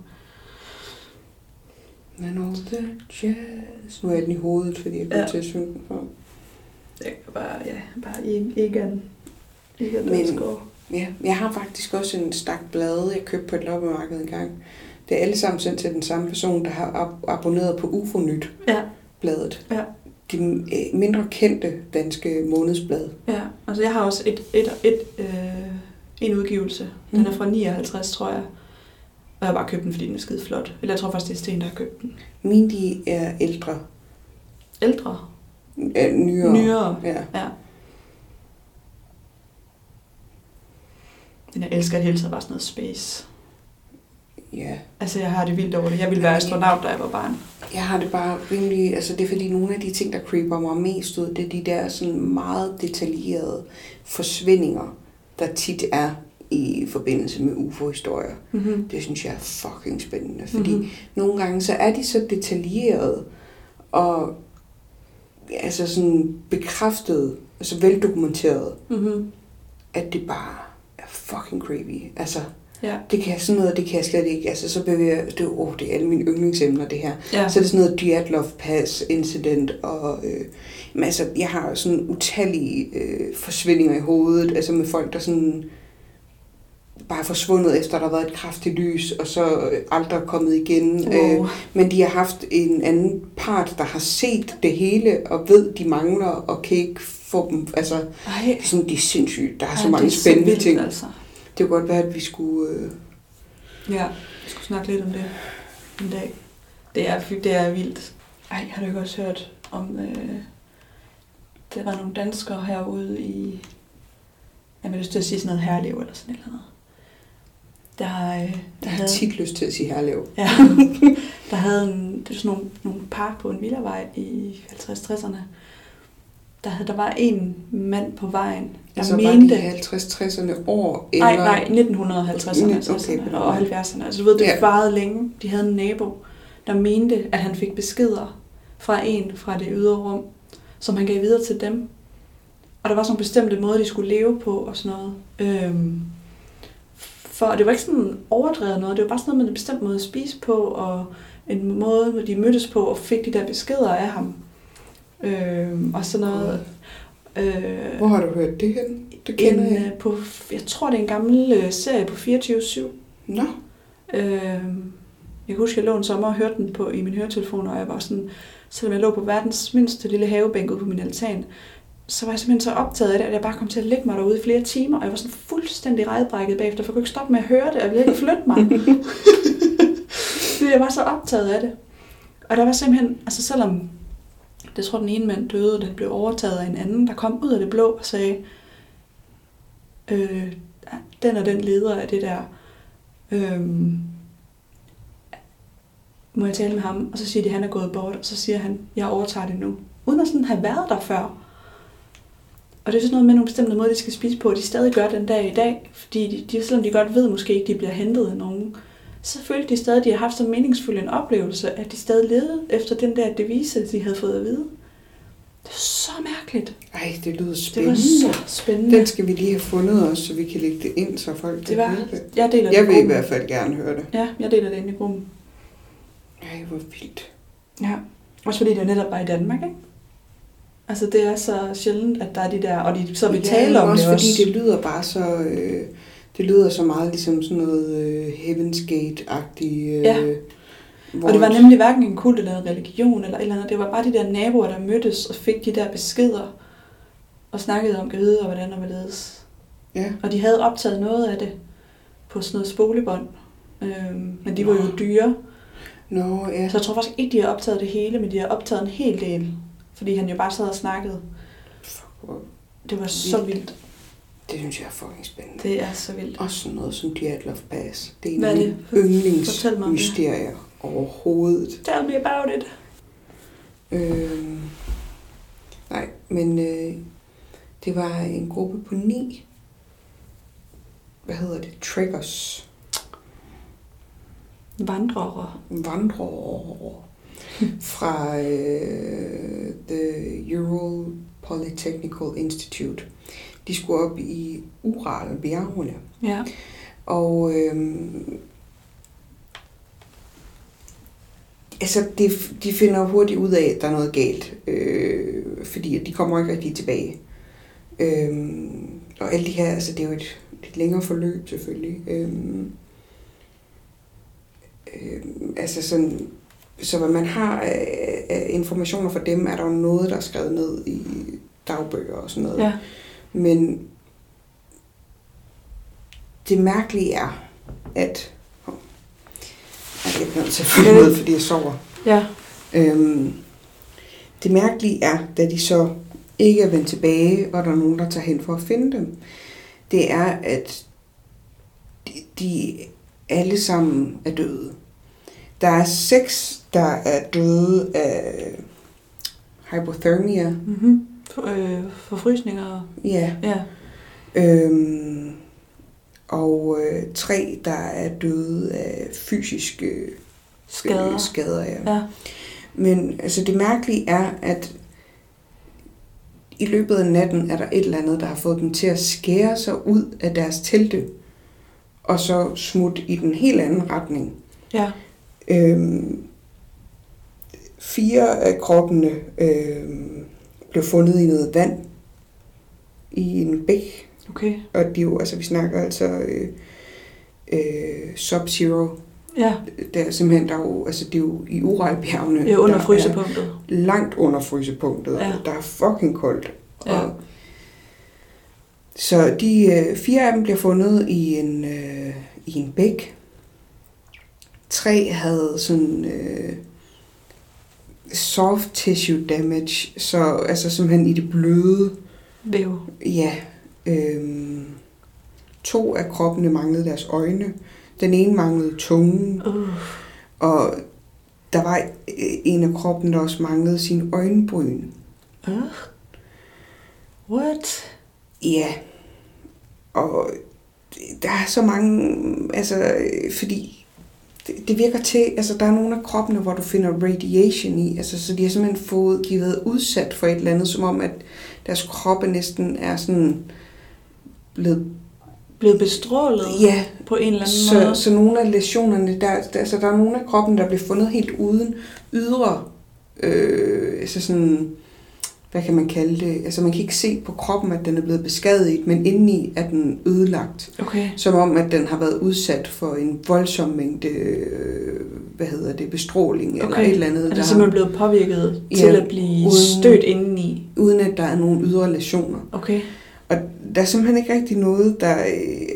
Speaker 3: Men all the jazz. Nu er den i hovedet, fordi jeg kom ja. til at synge den for.
Speaker 4: Det er bare, ja, bare Egan. Egan
Speaker 3: Men, ja, jeg har faktisk også en stak blade, jeg købte på et loppemarked en gang. Det er alle sammen sendt til den samme person, der har ab- abonneret på U F O-nyt.
Speaker 4: Ja.
Speaker 3: Bladet.
Speaker 4: Ja.
Speaker 3: De mindre kendte danske månedsblad.
Speaker 4: Ja, altså jeg har også et, et, et, øh, en udgivelse. Den er fra nioghalvtreds, tror jeg. Og jeg har bare købt den, fordi den er skide flot. Eller jeg tror faktisk, det er Sten, der har købt den.
Speaker 3: Mine, de er ældre.
Speaker 4: Ældre?
Speaker 3: Ja, nyere.
Speaker 4: Nyere,
Speaker 3: ja.
Speaker 4: ja. Men jeg elsker det hele så bare sådan noget space.
Speaker 3: Ja.
Speaker 4: Altså jeg har det vildt over det. Jeg ville være astronaut, da jeg var barn.
Speaker 3: Jeg har det bare rimelig, altså det er fordi nogle af de ting, der creeper mig mest ud, det er de der sådan meget detaljerede forsvindinger, der tit er i forbindelse med U F O-historier. Mm-hmm. Det synes jeg er fucking spændende, fordi mm-hmm. nogle gange så er de så detaljerede og altså sådan bekræftet, altså veldokumenteret, mm-hmm. at det bare er fucking creepy. Altså
Speaker 4: ja.
Speaker 3: Det kan sådan noget, det kan jeg slet ikke. Altså så bevæger det, oh, det er alle mine yndlingsemner det her.
Speaker 4: Ja.
Speaker 3: Så er det sådan noget Dyatlov Pass incident og øh, men altså jeg har sådan utallige øh, forsvindinger i hovedet, altså med folk der sådan bare forsvundet efter, der har været et kraftigt lys, og så aldrig kommet igen.
Speaker 4: Wow.
Speaker 3: Øh, men de har haft en anden part, der har set det hele, og ved, de mangler, og kan ikke få dem. Altså,
Speaker 4: Ej.
Speaker 3: sådan, de er sindssygt. Der er
Speaker 4: Ej,
Speaker 3: så mange
Speaker 4: det er
Speaker 3: spændende
Speaker 4: så vildt,
Speaker 3: ting.
Speaker 4: altså.
Speaker 3: Det kunne godt være, at vi skulle... Øh...
Speaker 4: Ja, vi skulle snakke lidt om det en dag. Det er, det er vildt. Ej, har du ikke også hørt om... Øh, der var nogle danskere herude i... Jeg vil lyst til at sige sådan noget Herlev eller sådan et eller andet. Der, øh, der
Speaker 3: Jeg har
Speaker 4: havde,
Speaker 3: tit lyst til at sige Herlev.
Speaker 4: ja, der havde en, det var sådan nogle, nogle par på en villavej i halvtreds tresserne. Der, havde, der var en mand på vejen, der
Speaker 3: altså
Speaker 4: mente...
Speaker 3: var det i halvtreds tresserne år?
Speaker 4: Nej,
Speaker 3: eller...
Speaker 4: nej, nitten halvtredserne
Speaker 3: Okay,
Speaker 4: og halvfjerdserne. Altså du ved, det
Speaker 3: ja.
Speaker 4: varede længe. De havde en nabo, der mente, at han fik beskeder fra en fra det ydre rum, som han gav videre til dem. Og der var sådan nogle bestemte måder, de skulle leve på og sådan noget. Øhm, for det var ikke sådan overdrevet noget, det var bare sådan noget med en bestemt måde at spise på, og en måde, hvor de mødtes på, og fik de der beskeder af ham. Øhm, og sådan noget. Øh,
Speaker 3: Hvor har du hørt det hen? Det kender
Speaker 4: en,
Speaker 3: jeg.
Speaker 4: på, jeg tror, det er en gammel øh, serie på fireogtyve syv.
Speaker 3: Nå.
Speaker 4: Øh, jeg kan huske, at jeg lå en sommer og hørte den på, i min høretelefon, og jeg var sådan, selvom jeg lå på verdens mindste lille havebænk ude på min altan, så var jeg simpelthen så optaget af det, at jeg bare kom til at lægge mig derude i flere timer, og jeg var sådan fuldstændig rejebrækket bagefter, for jeg kunne ikke stoppe med at høre det, og jeg ville ikke flytte mig. Fordi jeg var så optaget af det. Og der var simpelthen, altså selvom, jeg tror den ene mand døde, og den blev overtaget af en anden, der kom ud af det blå og sagde, øh, den og den leder af det der, øh, må jeg tale med ham? Og så siger de, at han er gået bort, og så siger han, jeg overtager det nu. Uden at sådan have været der før. Og det er sådan noget med nogle bestemte måder, de skal spise på, og de stadig gør den dag i dag, fordi de, de, selvom de godt ved, måske ikke, de bliver hentet af nogen, så følte de stadig, de har haft så meningsfuld en oplevelse, at de stadig levede efter den der devise, de havde fået at vide. Det er så mærkeligt.
Speaker 3: Ej, det lyder spændende.
Speaker 4: Det var så spændende.
Speaker 3: Den skal vi lige have fundet os, så vi kan lægge det ind, så folk kan høre det.
Speaker 4: Jeg, deler
Speaker 3: jeg
Speaker 4: det
Speaker 3: vil i hvert fald gerne høre det.
Speaker 4: Ja, jeg deler det ind i gruppen.
Speaker 3: Ej, hvor vildt.
Speaker 4: Ja, også fordi det netop var i Danmark, ikke? Altså det er så sjældent, at der er de der, og de så vil
Speaker 3: ja,
Speaker 4: tale om
Speaker 3: også
Speaker 4: det også.
Speaker 3: fordi det lyder bare så, øh, det lyder så meget ligesom sådan noget øh, Heaven's Gate-agtigt. Øh,
Speaker 4: ja, og det var nemlig hverken en kult eller en religion eller et eller andet. Det var bare de der naboer, der mødtes og fik de der beskeder og snakkede om gud og hvordan og hvorledes.
Speaker 3: Ja.
Speaker 4: Og de havde optaget noget af det på sådan noget spolebånd, øhm, men de var jo dyre.
Speaker 3: Nå, ja.
Speaker 4: Så jeg tror faktisk ikke, de har optaget det hele, men de har optaget en hel del. Fordi han jo bare sad og snakkede. Det var så vildt.
Speaker 3: Det synes jeg er fucking spændende.
Speaker 4: Det er så vildt.
Speaker 3: Også sådan noget som Djatlov Pass. Det er en
Speaker 4: af mine
Speaker 3: yndlingsmysterier overhovedet.
Speaker 4: Tell me about it.
Speaker 3: Øh, nej, men øh, det var en gruppe på ni. Hvad hedder det? Trekkers.
Speaker 4: Vandrere.
Speaker 3: Vandrere. Fra øh, The Ural Polytechnical Institute. De skulle op i Uralbjergene.
Speaker 4: Ja.
Speaker 3: Og øh, altså, de, de finder hurtigt ud af, at der er noget galt. Øh, fordi de kommer ikke rigtig tilbage. Øh, og alle de her, altså det er jo et, et længere forløb selvfølgelig. Øh, øh, altså sådan... Så hvad man har af, af informationer fra dem, er der jo noget, der er skrevet ned i dagbøger og sådan noget.
Speaker 4: Ja.
Speaker 3: Men det mærkelige er, at... Oh, jeg er nødt til at følge med, fordi jeg sover.
Speaker 4: Ja.
Speaker 3: Øhm, det mærkelige er, da de så ikke er vendt tilbage, og der er nogen, der tager hen for at finde dem, det er, at de, de alle sammen er døde. Der er seks, der er døde af hypothermia.
Speaker 4: Mm-hmm. For, øh, forfrysninger.
Speaker 3: Ja.
Speaker 4: Ja.
Speaker 3: Øhm, og øh, tre, der er døde af fysiske
Speaker 4: skader.
Speaker 3: Øh, skader ja.
Speaker 4: Ja.
Speaker 3: Men altså, det mærkelige er, at i løbet af natten er der et eller andet, der har fået dem til at skære sig ud af deres telte, og så smutte i den helt anden retning.
Speaker 4: Ja.
Speaker 3: Øhm, fire af kroppene øhm, blev fundet i noget vand i en bæk.
Speaker 4: Okay.
Speaker 3: Og de jo, altså vi snakker altså øh, øh, Sub-Zero.
Speaker 4: Ja.
Speaker 3: Der er simpelthen, der er jo, altså det er jo i Uralbjergene.
Speaker 4: Det er under frysepunktet.
Speaker 3: Langt under frysepunktet, ja. Og der er fucking koldt.
Speaker 4: Ja.
Speaker 3: Og så de øh, fire af dem bliver fundet i en, øh, i en bæk. Tre havde sådan øh, soft tissue damage, så altså simpelthen i det bløde.
Speaker 4: Væv.
Speaker 3: Ja. Øh, to af kroppene manglede deres øjne. Den ene manglede tungen.
Speaker 4: Uh.
Speaker 3: Og der var en af kroppen, der også manglede sin øjenbryn.
Speaker 4: Uh. What?
Speaker 3: Ja. Og der er så mange, altså, fordi det, det virker til, altså der er nogle af kroppene, hvor du finder radiation i, altså så de har simpelthen fået, de har været udsat for et eller andet, som om at deres kroppe næsten er sådan blevet
Speaker 4: blevet bestrålet
Speaker 3: ja,
Speaker 4: på en eller anden
Speaker 3: så,
Speaker 4: måde.
Speaker 3: Så nogle af læsionerne, der, der, altså der er nogle af kroppen, der bliver fundet helt uden ydre, øh, altså sådan, hvad kan man kalde det? Altså man kan ikke se på kroppen, at den er blevet beskadiget, men indeni er den ødelagt.
Speaker 4: Okay.
Speaker 3: Som om, at den har været udsat for en voldsom mængde, øh, hvad hedder det, bestråling okay. eller et eller andet.
Speaker 4: Er det simpelthen blevet påvirket ja, til at blive uden, stødt indeni?
Speaker 3: Uden at der er nogle ydre læsioner.
Speaker 4: Okay.
Speaker 3: Og der er simpelthen ikke rigtig noget, der... Øh,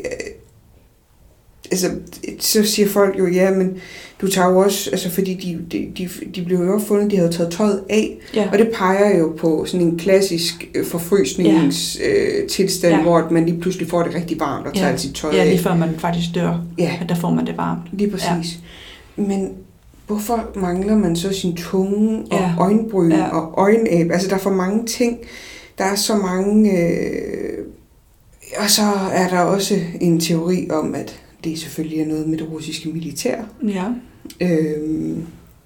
Speaker 3: altså, så siger folk jo, ja, men du tager jo også... Altså, fordi de, de, de, de blev jo fundet, de havde taget tøjet af. Ja. Og det peger jo på sådan en klassisk øh, forfrysningstilstand, ja. øh, hvor man lige pludselig får det rigtig varmt og tager ja. sit tøj af.
Speaker 4: Ja, lige før man faktisk dør. Ja. At der får man det varmt.
Speaker 3: Lige præcis. Ja. Men hvorfor mangler man så sin tunge og ja. øjenbryn ja. og øjenæb? Altså, der er for mange ting... Der er så mange, øh, og så er der også en teori om, at det selvfølgelig er noget med det russiske militær.
Speaker 4: Ja.
Speaker 3: Øhm,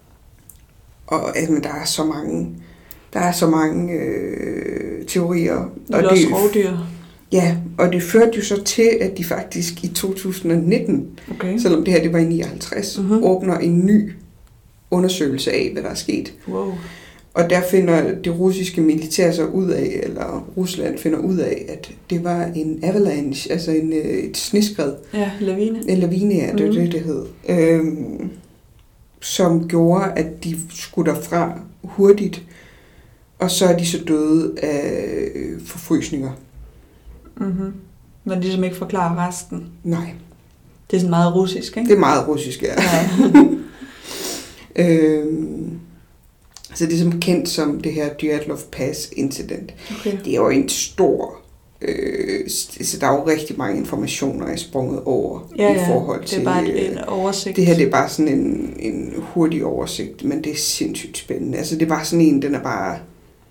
Speaker 3: og altså, der er så mange, der er så mange øh, teorier.
Speaker 4: Og det er også rovdyr.
Speaker 3: Ja, og det førte jo så til, at de faktisk i to tusind nitten, okay. selvom det her det var i nioghalvtreds, uh-huh. åbner en ny undersøgelse af, hvad der er sket.
Speaker 4: Wow.
Speaker 3: Og der finder det russiske militær så ud af, eller Rusland finder ud af, at det var en avalanche, altså en, et sneskred.
Speaker 4: Ja, lavine.
Speaker 3: En lavine, ja, det er mm. det, det hed. Øhm, som gjorde, at de skulle derfra hurtigt, og så er de så døde af forfrysninger.
Speaker 4: Mm-hmm. Men ligesom ikke forklarer resten.
Speaker 3: Nej.
Speaker 4: Det er sådan meget russisk, ikke?
Speaker 3: Det er meget russisk, ja. ja. øhm, Så det er som kendt som det her Dyatlov Pass incident. Okay. Det er jo en stor... Øh, så der er jo rigtig mange informationer, jeg er sprunget over
Speaker 4: ja,
Speaker 3: i forhold til...
Speaker 4: det er bare en oversigt.
Speaker 3: Det her det er bare sådan en, en hurtig oversigt, men det er sindssygt spændende. Altså det er bare sådan en, den er bare...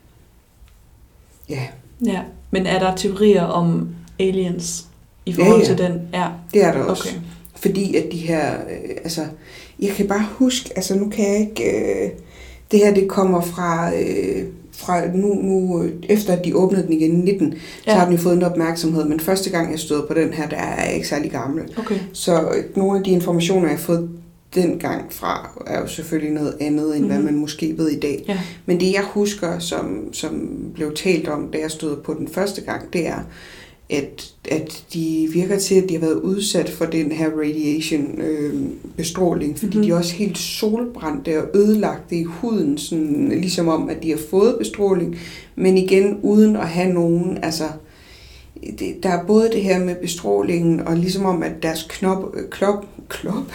Speaker 3: Ja.
Speaker 4: Ja, men er der teorier om aliens i forhold ja, ja. til den? Ja,
Speaker 3: det er der også.
Speaker 4: Okay.
Speaker 3: Fordi at de her... Øh, altså, jeg kan bare huske... Altså nu kan jeg ikke... Øh, Det her, det kommer fra, øh, fra nu, nu, efter at de åbnede den igen i nitten, ja. Så har den jo fået en opmærksomhed. Men første gang, jeg stod på den her, der er jeg ikke særlig gammel.
Speaker 4: Okay.
Speaker 3: Så nogle af de informationer, jeg har fået dengang fra, er jo selvfølgelig noget andet, end mm-hmm. hvad man måske ved i dag. Ja. Men det, jeg husker, som, som blev talt om, da jeg stod på den første gang, det er, at, at de virker til, at de har været udsat for den her radiation øh, bestråling, fordi mm-hmm. de er også helt solbrændte og ødelagte i huden, sådan, ligesom om, at de har fået bestråling, men igen uden at have nogen, altså, det, der er både det her med bestrålingen, og ligesom om, at deres knop, klop, klop,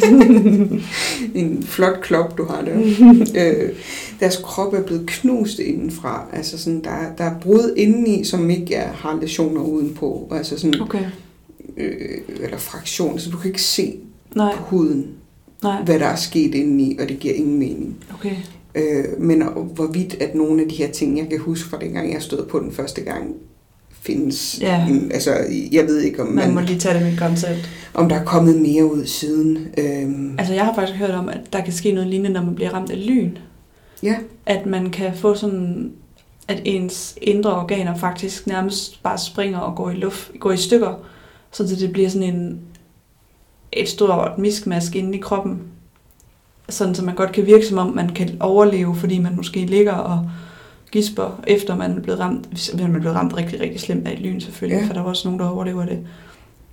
Speaker 3: en flot klop, du har der, øh, deres krop er blevet knust indenfra, altså sådan, der, der er brud indeni, som ikke er, har lesioner udenpå, altså sådan,
Speaker 4: okay.
Speaker 3: øh, eller fraktion, så du kan ikke se
Speaker 4: Nej.
Speaker 3: på huden,
Speaker 4: Nej.
Speaker 3: hvad der er sket indeni, og det giver ingen mening.
Speaker 4: Okay.
Speaker 3: Øh, men hvorvidt, at nogle af de her ting, jeg kan huske fra dengang, jeg stod på den første gang, findes.
Speaker 4: Ja.
Speaker 3: Altså, jeg ved ikke, om
Speaker 4: man... Man må lige tage det med et koncept.
Speaker 3: Om der er kommet mere ud siden. Øhm.
Speaker 4: Altså, jeg har faktisk hørt om, at der kan ske noget lignende, når man bliver ramt af lyn.
Speaker 3: Ja.
Speaker 4: At man kan få sådan... At ens indre organer faktisk nærmest bare springer og går i luft, går i stykker. Så det bliver sådan en... et stort miskmask inde i kroppen. Sådan, så man godt kan virke, som om man kan overleve, fordi man måske ligger og gisper, efter man er blevet ramt, hvis man er blevet ramt rigtig, rigtig slemt af et lyn selvfølgelig, ja. For der er også nogen, der overlever det.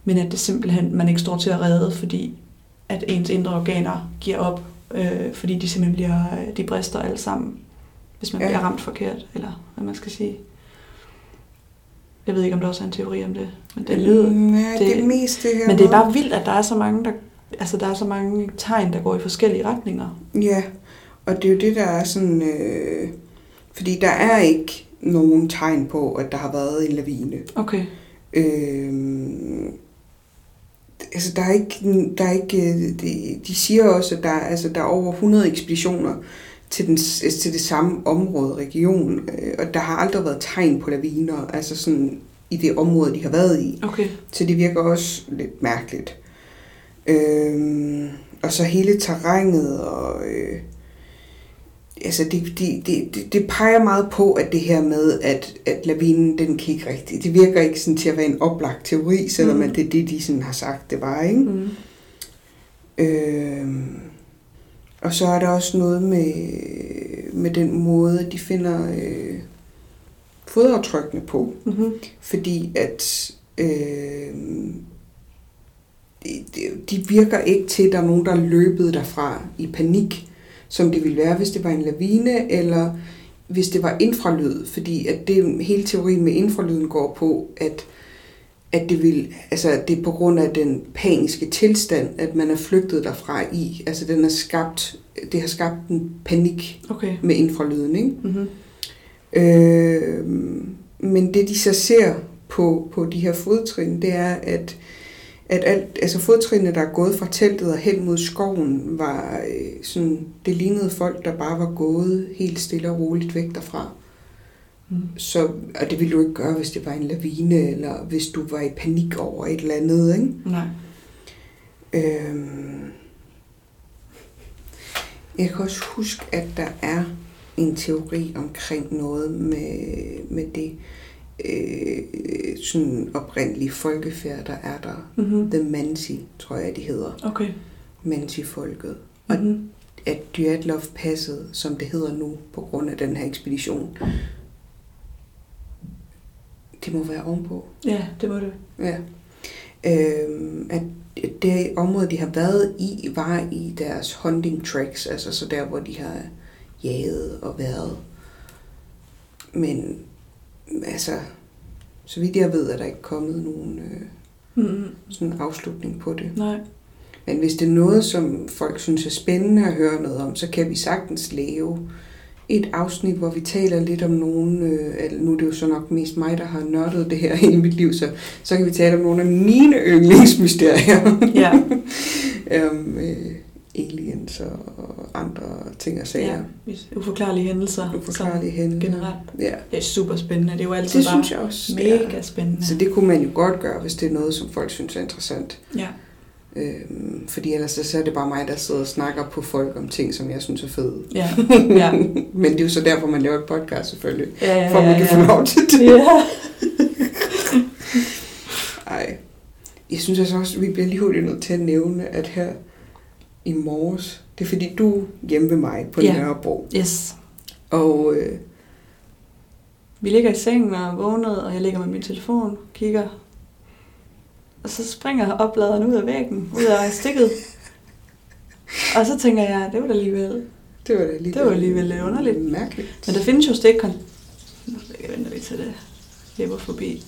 Speaker 4: men at det simpelthen, man ikke står til at redde, fordi at ens indre organer giver op, øh, fordi de simpelthen bliver, de brister alle sammen, hvis man ja. bliver ramt forkert, eller hvad man skal sige. Jeg ved ikke, om der også er en teori om det, men det lyder...
Speaker 3: Nej, det, det er mest det her.
Speaker 4: Men det er bare vildt, at der er så mange, der, altså der er så mange tegn, der går i forskellige retninger.
Speaker 3: Ja, og det er jo det, der er sådan... Øh, fordi der er ikke nogen tegn på, at der har været en lavine.
Speaker 4: Okay.
Speaker 3: Øh, altså, der er ikke... Der er ikke de, de siger også, at der, altså, der er over hundrede ekspeditioner til, den, til det samme område, region, øh, og der har aldrig været tegn på laviner, altså sådan i det område, de har været i.
Speaker 4: Okay.
Speaker 3: Så det virker også lidt mærkeligt. Øh, og så hele terrænet, og øh, altså det, det, det, det peger meget på, at det her med, at, at lavinen, den kan ikke rigtigt, det virker ikke sådan til at være en oplagt teori, selvom mm. at det er det, de sådan har sagt, det var, ikke? Mm. Øh, Og så er der også noget med, med den måde, de finder øh, fodaftrykkene på. Mm-hmm. Fordi at øh, de, de virker ikke til, at der er nogen, der er løbet derfra i panik, som det ville være, hvis det var en lavine, eller hvis det var infralyd. Fordi at det, hele teorien med infralyden går på, at at det vil, altså det er på grund af den paniske tilstand, at man er flygtet derfra i. Altså den er skabt, det har skabt en panik okay. med infralyden, ikke? Mm-hmm. Øh, men det de så ser på, på de her fodtrin, det er, at, at alt, altså fodtrinene, der er gået fra teltet og hen mod skoven, var øh, sådan, det lignede folk, der bare var gået helt stille og roligt væk derfra. Mm. Så, og det ville du ikke gøre, hvis det var en lavine, eller hvis du var i panik over et eller andet, ikke?
Speaker 4: Nej.
Speaker 3: Øhm, jeg kan også huske, at der er en teori omkring noget med, med det øh, sådan oprindelige folkefærd, der er der. Mm-hmm. The Mansi, tror jeg, de hedder.
Speaker 4: Okay.
Speaker 3: Mansi-folket. Mm-hmm. Og at Dyatlov-passet, som det hedder nu, på grund af den her ekspedition, det må være ovenpå.
Speaker 4: Ja, det må det.
Speaker 3: Ja. Øhm, at det område, de har været i, var i deres hunting tracks, altså så der, hvor de har jaget og været. Men altså, så vidt jeg ved, er der ikke kommet nogen øh, mm-hmm. sådan afslutning på det.
Speaker 4: Nej.
Speaker 3: Men hvis det er noget, som folk synes er spændende at høre noget om, så kan vi sagtens lave et afsnit, hvor vi taler lidt om nogen, øh, eller nu er det jo så nok mest mig, der har nørdet det her i mit liv, så, så kan vi tale om nogle af mine yndlingsmysterier. Ja. um, øh, aliens og andre ting og sager.
Speaker 4: Ja, uforklarlige hændelser.
Speaker 3: Uforklarlige hændelser.
Speaker 4: Generelt.
Speaker 3: Ja.
Speaker 4: Det er super spændende. Det er jo altid
Speaker 3: det
Speaker 4: bare
Speaker 3: synes jeg også,
Speaker 4: mega
Speaker 3: ja.
Speaker 4: spændende.
Speaker 3: Så det kunne man jo godt gøre, hvis det er noget, som folk synes er interessant.
Speaker 4: Ja.
Speaker 3: Øhm, fordi ellers så er det bare mig, der sidder og snakker på folk om ting, som jeg synes er fede.
Speaker 4: Ja. Ja.
Speaker 3: Men det er jo så derfor, man laver et podcast selvfølgelig.
Speaker 4: Ja, ja,
Speaker 3: for at man kan
Speaker 4: ja, ja.
Speaker 3: få lov til det.
Speaker 4: Ja.
Speaker 3: Ej. Jeg synes altså også, at vi bliver lige hurtigt nødt til at nævne, at her i morges, det er fordi du er hjemme ved mig på
Speaker 4: ja.
Speaker 3: Nørrebro.
Speaker 4: Yes.
Speaker 3: Og øh,
Speaker 4: vi ligger i sengen og vågnet, og jeg ligger med min telefon, kigger. Og så springer opladeren ud af væggen, ud af stikket. Og så tænker jeg, det var da alligevel,
Speaker 3: det var da alligevel,
Speaker 4: det var alligevel lidt underligt.
Speaker 3: Mærkeligt.
Speaker 4: Men der findes jo stikkontakter. Nu venter vi til det løber forbi.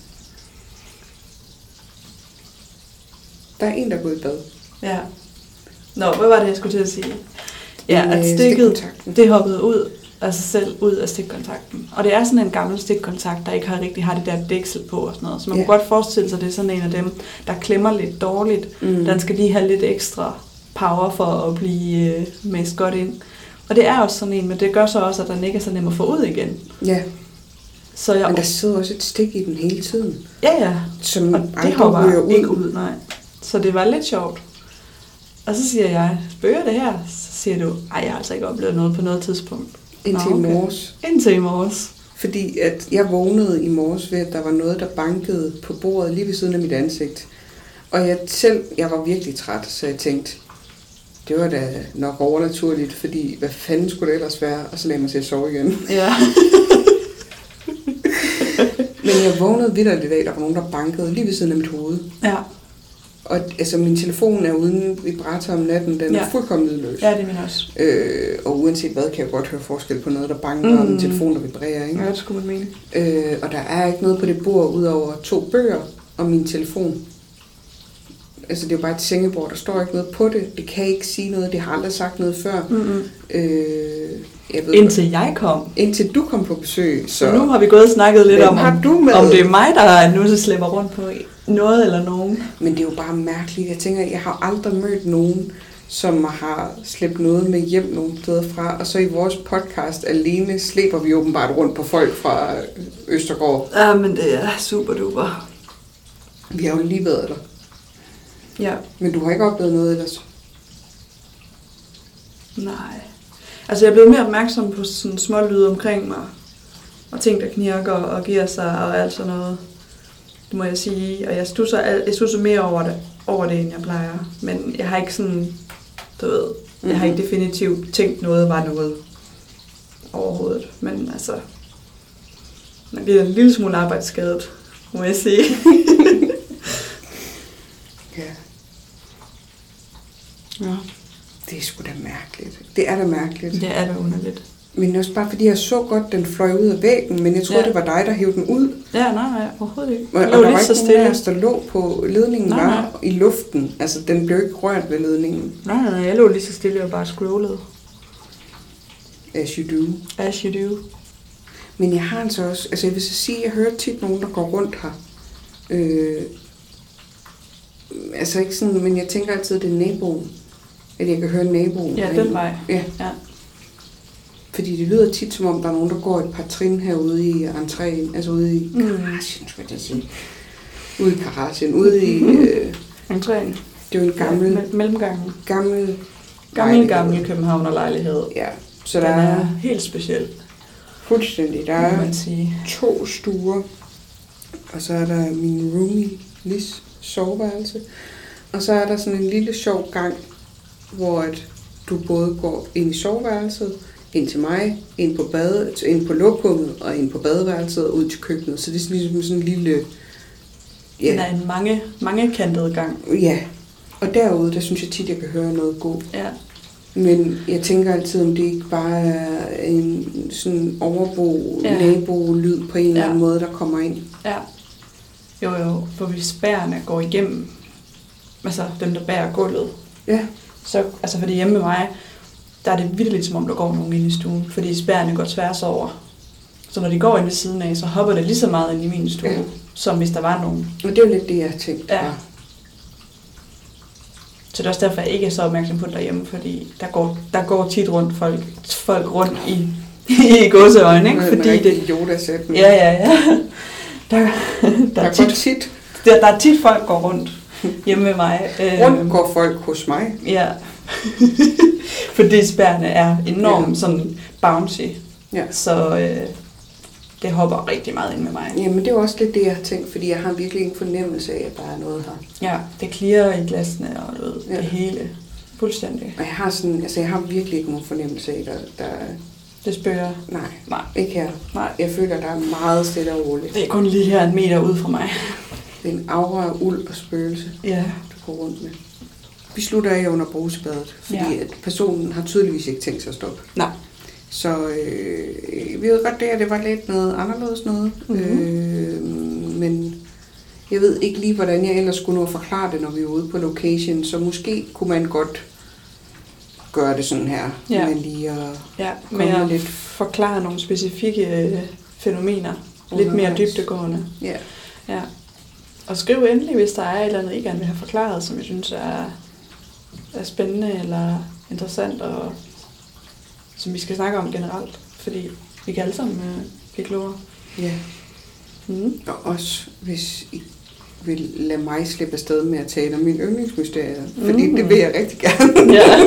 Speaker 3: Der er en, der er gået i bad.
Speaker 4: Ja. Nå, hvad var det, jeg skulle til at sige? Ja, at stikket, det hoppede ud af sig selv, ud af stikkontakten. Og det er sådan en gammel stikkontakt, der ikke har rigtig har det der dæksel på og sådan noget. Så man ja. kunne godt forestille sig, at det er sådan en af dem, der klemmer lidt dårligt. Mm. Den skal lige have lidt ekstra power for at blive øh, mest godt ind. Og det er også sådan en, men det gør så også, at den ikke er så nem at få ud igen.
Speaker 3: Ja.
Speaker 4: Så jeg,
Speaker 3: men der sidder også et stik i den hele tiden.
Speaker 4: Ja, ja.
Speaker 3: Som
Speaker 4: og det hopper ud. ikke ud, nej. Så det var lidt sjovt. Og så siger jeg, spørger det her? Så siger du, ej, jeg har altså ikke oplevet noget på noget tidspunkt.
Speaker 3: Indtil
Speaker 4: Nå, okay.
Speaker 3: i morges.
Speaker 4: Indtil i morges.
Speaker 3: Fordi at jeg vågnede i morges ved, at der var noget, der bankede på bordet lige ved siden af mit ansigt. Og jeg selv, jeg var virkelig træt, så jeg tænkte, det var da nok overnaturligt, fordi hvad fanden skulle det ellers være? Og så lagde mig til at sove igen.
Speaker 4: Ja.
Speaker 3: Men jeg vågnede vitterligt i dag, der var nogen, der bankede lige ved siden af mit hoved.
Speaker 4: Ja.
Speaker 3: Og altså, min telefon er uden vibrator om natten, den ja. er fuldkommen lydløs.
Speaker 4: Ja, det er min også.
Speaker 3: Øh, og uanset hvad, kan jeg godt høre forskel på noget, der banker, mm. og en telefon, der vibrerer, ikke?
Speaker 4: Ja, det skulle man mene.
Speaker 3: Øh, og der er ikke noget på det bord, udover to bøger og min telefon. Altså, det er jo bare et sengebord, der står ikke noget på det. Det kan ikke sige noget, det har aldrig sagt noget før.
Speaker 4: Mm-hmm.
Speaker 3: Øh, jeg ved,
Speaker 4: indtil jeg kom.
Speaker 3: Indtil du kom på besøg. Så,
Speaker 4: så nu har vi gået og snakket lidt om,
Speaker 3: har du med?
Speaker 4: om det er mig, der nu så slipper rundt på noget eller nogen.
Speaker 3: Men det er jo bare mærkeligt. Jeg tænker, jeg har aldrig mødt nogen, som har slæbt noget med hjem nogle steder fra. Og så i vores podcast alene slæber vi åbenbart rundt på folk fra Østergaard.
Speaker 4: Ja, men det er super duper.
Speaker 3: Vi har jo lige været der.
Speaker 4: Ja.
Speaker 3: Men du har ikke oplevet noget ellers?
Speaker 4: Nej. Altså jeg er blevet mere opmærksom på sådan små lyde omkring mig. Og ting, der knirker og giver sig og alt sådan noget. Det må jeg sige. Og jeg stusser, jeg stusser mere over det, over det, end jeg plejer. Men jeg har ikke sådan, du ved, mm-hmm. jeg har ikke definitivt tænkt noget var noget overhovedet. Men altså, man bliver en lille smule arbejdsskadet, må jeg sige.
Speaker 3: Ja.
Speaker 4: Ja.
Speaker 3: Det er sgu da mærkeligt. Det er da mærkeligt.
Speaker 4: Det er da underligt.
Speaker 3: Men også bare fordi jeg så godt, den fløj ud af væggen, men jeg tror, ja. det var dig, der hævde den ud.
Speaker 4: Ja, nej, nej, overhovedet ikke.
Speaker 3: Og, og der var ikke nogen af os, der lå på ledningen, nej, nej. var i luften. Altså, den blev ikke rørt ved ledningen.
Speaker 4: Nej, nej, jeg lå lige så stille og bare scrollede.
Speaker 3: As you do.
Speaker 4: As you do.
Speaker 3: Men jeg har altså også, altså jeg vil så sige, jeg hører tit nogen, der går rundt her. Øh, altså ikke sådan, men jeg tænker altid, at det er naboen. At jeg kan høre naboen.
Speaker 4: Ja, den vej.
Speaker 3: Ja.
Speaker 4: ja.
Speaker 3: Fordi det lyder tit, som om der er nogen, der går et par trin herude i entréen. Altså ude i garagen, skulle jeg sige. Ude i garagen, ude i... Øh,
Speaker 4: entréen.
Speaker 3: Det er jo en gammel...
Speaker 4: Ja, mellemgangen.
Speaker 3: Gammel...
Speaker 4: Gammel, gammel Københavner-lejlighed.
Speaker 3: Ja. Så der
Speaker 4: den
Speaker 3: er...
Speaker 4: er helt speciel.
Speaker 3: Fuldstændig. Der er
Speaker 4: man sige.
Speaker 3: to stuer. Og så er der min roomie, Lis, soveværelse. Og så er der sådan en lille sjov gang, hvor at du både går ind i soveværelset, ind til mig, ind på badet, ind på lokummet og ind på badeværelset og ud til køkkenet. Så det er sådan ligesom sådan en lille...
Speaker 4: Ja. Den er en mange, mange kantet gang.
Speaker 3: Ja, og derude, der synes jeg tit, jeg kan høre noget god.
Speaker 4: Ja.
Speaker 3: Men jeg tænker altid, om det ikke bare er en sådan overbo, ja. nabo-lyd på en eller anden ja. måde, der kommer ind.
Speaker 4: Ja. Jo, jo, for hvis bærerne går igennem, altså dem, der bærer gulvet,
Speaker 3: ja.
Speaker 4: så, altså fordi hjemme med mig, der er det vitterligt, som om der går nogen ind i stuen, fordi spærerne går tværs over. Så når de går ind ved siden af, så hopper det lige så meget ind i min stue, ja. som hvis der var nogen.
Speaker 3: Og det er jo lidt det, jeg har tænkt.
Speaker 4: Ja. Så det er også derfor, jeg ikke er så opmærksom på det derhjemme, fordi der går, der går tit rundt folk, folk rundt i, i gåseøjne, ikke? Fordi
Speaker 3: det er Yoda-sætning.
Speaker 4: Ja, ja, ja. Der, der,
Speaker 3: der, er tit, tit.
Speaker 4: Der, der er tit folk går rundt hjemme med mig.
Speaker 3: Rundt går folk hos mig.
Speaker 4: Ja. Fordi spærene er enormt ja. sådan bouncy.
Speaker 3: Ja.
Speaker 4: Så øh, det hopper rigtig meget ind med mig.
Speaker 3: Jamen det er også lidt det, jeg har tænkt, fordi jeg har virkelig en fornemmelse af, at der er noget her.
Speaker 4: Ja, det klirrer i glasene og du ved, ja. det hele. Fuldstændig.
Speaker 3: Og jeg har sådan, altså jeg har virkelig ikke nogen fornemmelse af, der... der
Speaker 4: det spørger.
Speaker 3: Nej,
Speaker 4: Nej,
Speaker 3: ikke her.
Speaker 4: Nej.
Speaker 3: Jeg føler, der er meget stille og roligt.
Speaker 4: Det er kun lige her en meter ud fra mig.
Speaker 3: Det er en aura af uld og spøgelse,
Speaker 4: ja.
Speaker 3: du går rundt med. Vi slutter af under brusebadet, fordi ja. at personen har tydeligvis ikke tænkt sig at stoppe.
Speaker 4: Nej.
Speaker 3: Så øh, vi ved godt det, at det var lidt noget anderledes noget. Mm-hmm. Øh, men jeg ved ikke lige, hvordan jeg ellers skulle nå at forklare det, når vi er ude på location. Så måske kunne man godt gøre det sådan her.
Speaker 4: Ja,
Speaker 3: med lige at
Speaker 4: ja, med at lidt forklare nogle specifikke øh, fænomener. Lidt mere dybdegående.
Speaker 3: Ja.
Speaker 4: Ja. Og skriv endelig, hvis der er et eller andet, I gerne vil have forklaret, som jeg synes er, er spændende eller interessant, og som vi skal snakke om generelt. Fordi vi kan alle sammen øh, blive klogere.
Speaker 3: Ja.
Speaker 4: Mm.
Speaker 3: Og også, hvis I vil lade mig slippe afsted med at tale om min yndlingsmysterier. Fordi mm. det vil jeg rigtig gerne.
Speaker 4: Ja.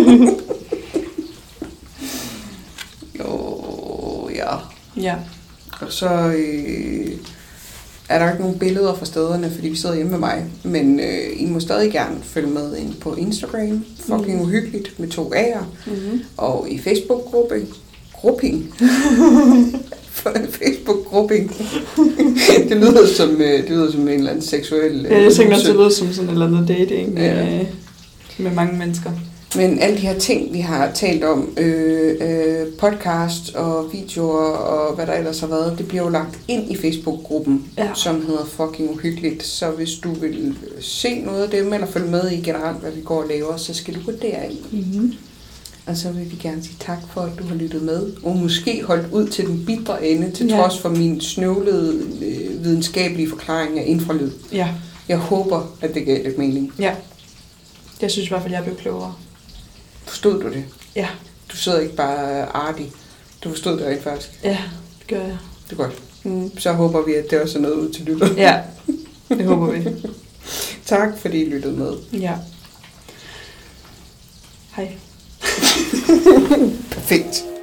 Speaker 3: Jo, ja.
Speaker 4: Ja.
Speaker 3: Og så øh, er der ikke nogen billeder fra stederne, fordi vi sidder hjemme med mig. Men øh, I må stadig gerne følge med ind på Instagram. Fucking mm. uhyggeligt med to A'er. Mm-hmm. Og i Facebook-gruppe. Grupping. Facebook-gruppe. Det lyder som det lyder som en eller anden seksuel.
Speaker 4: Ja, jeg tænker også, det lyder som sådan en eller anden dating med, ja. med mange mennesker.
Speaker 3: Men alle de her ting, vi har talt om, øh, øh, podcast og videoer og hvad der ellers har været, det bliver jo lagt ind i Facebook-gruppen, ja. som hedder Fucking Uhyggeligt. Så hvis du vil se noget af dem, eller følge med i generelt, hvad vi går og laver, så skal du gå derind. Mm-hmm. Og så vil vi gerne sige tak for, at du har lyttet med, og måske holdt ud til den bitre ende, til ja. trods for min snøvlede øh, videnskabelige forklaring af infralyd. Ja. Jeg håber, at det gav lidt mening.
Speaker 4: Ja. Jeg synes i hvert fald, jeg blev klogere.
Speaker 3: Forstod du det?
Speaker 4: Ja.
Speaker 3: Du sidder ikke bare artig. Du forstod det rent faktisk.
Speaker 4: Ja, det gør jeg.
Speaker 3: Det er godt. Mm. Så håber vi, at det også er noget ud til lytter.
Speaker 4: Ja, det håber vi.
Speaker 3: Tak, fordi I lyttede med.
Speaker 4: Ja. Hej.
Speaker 3: Perfekt.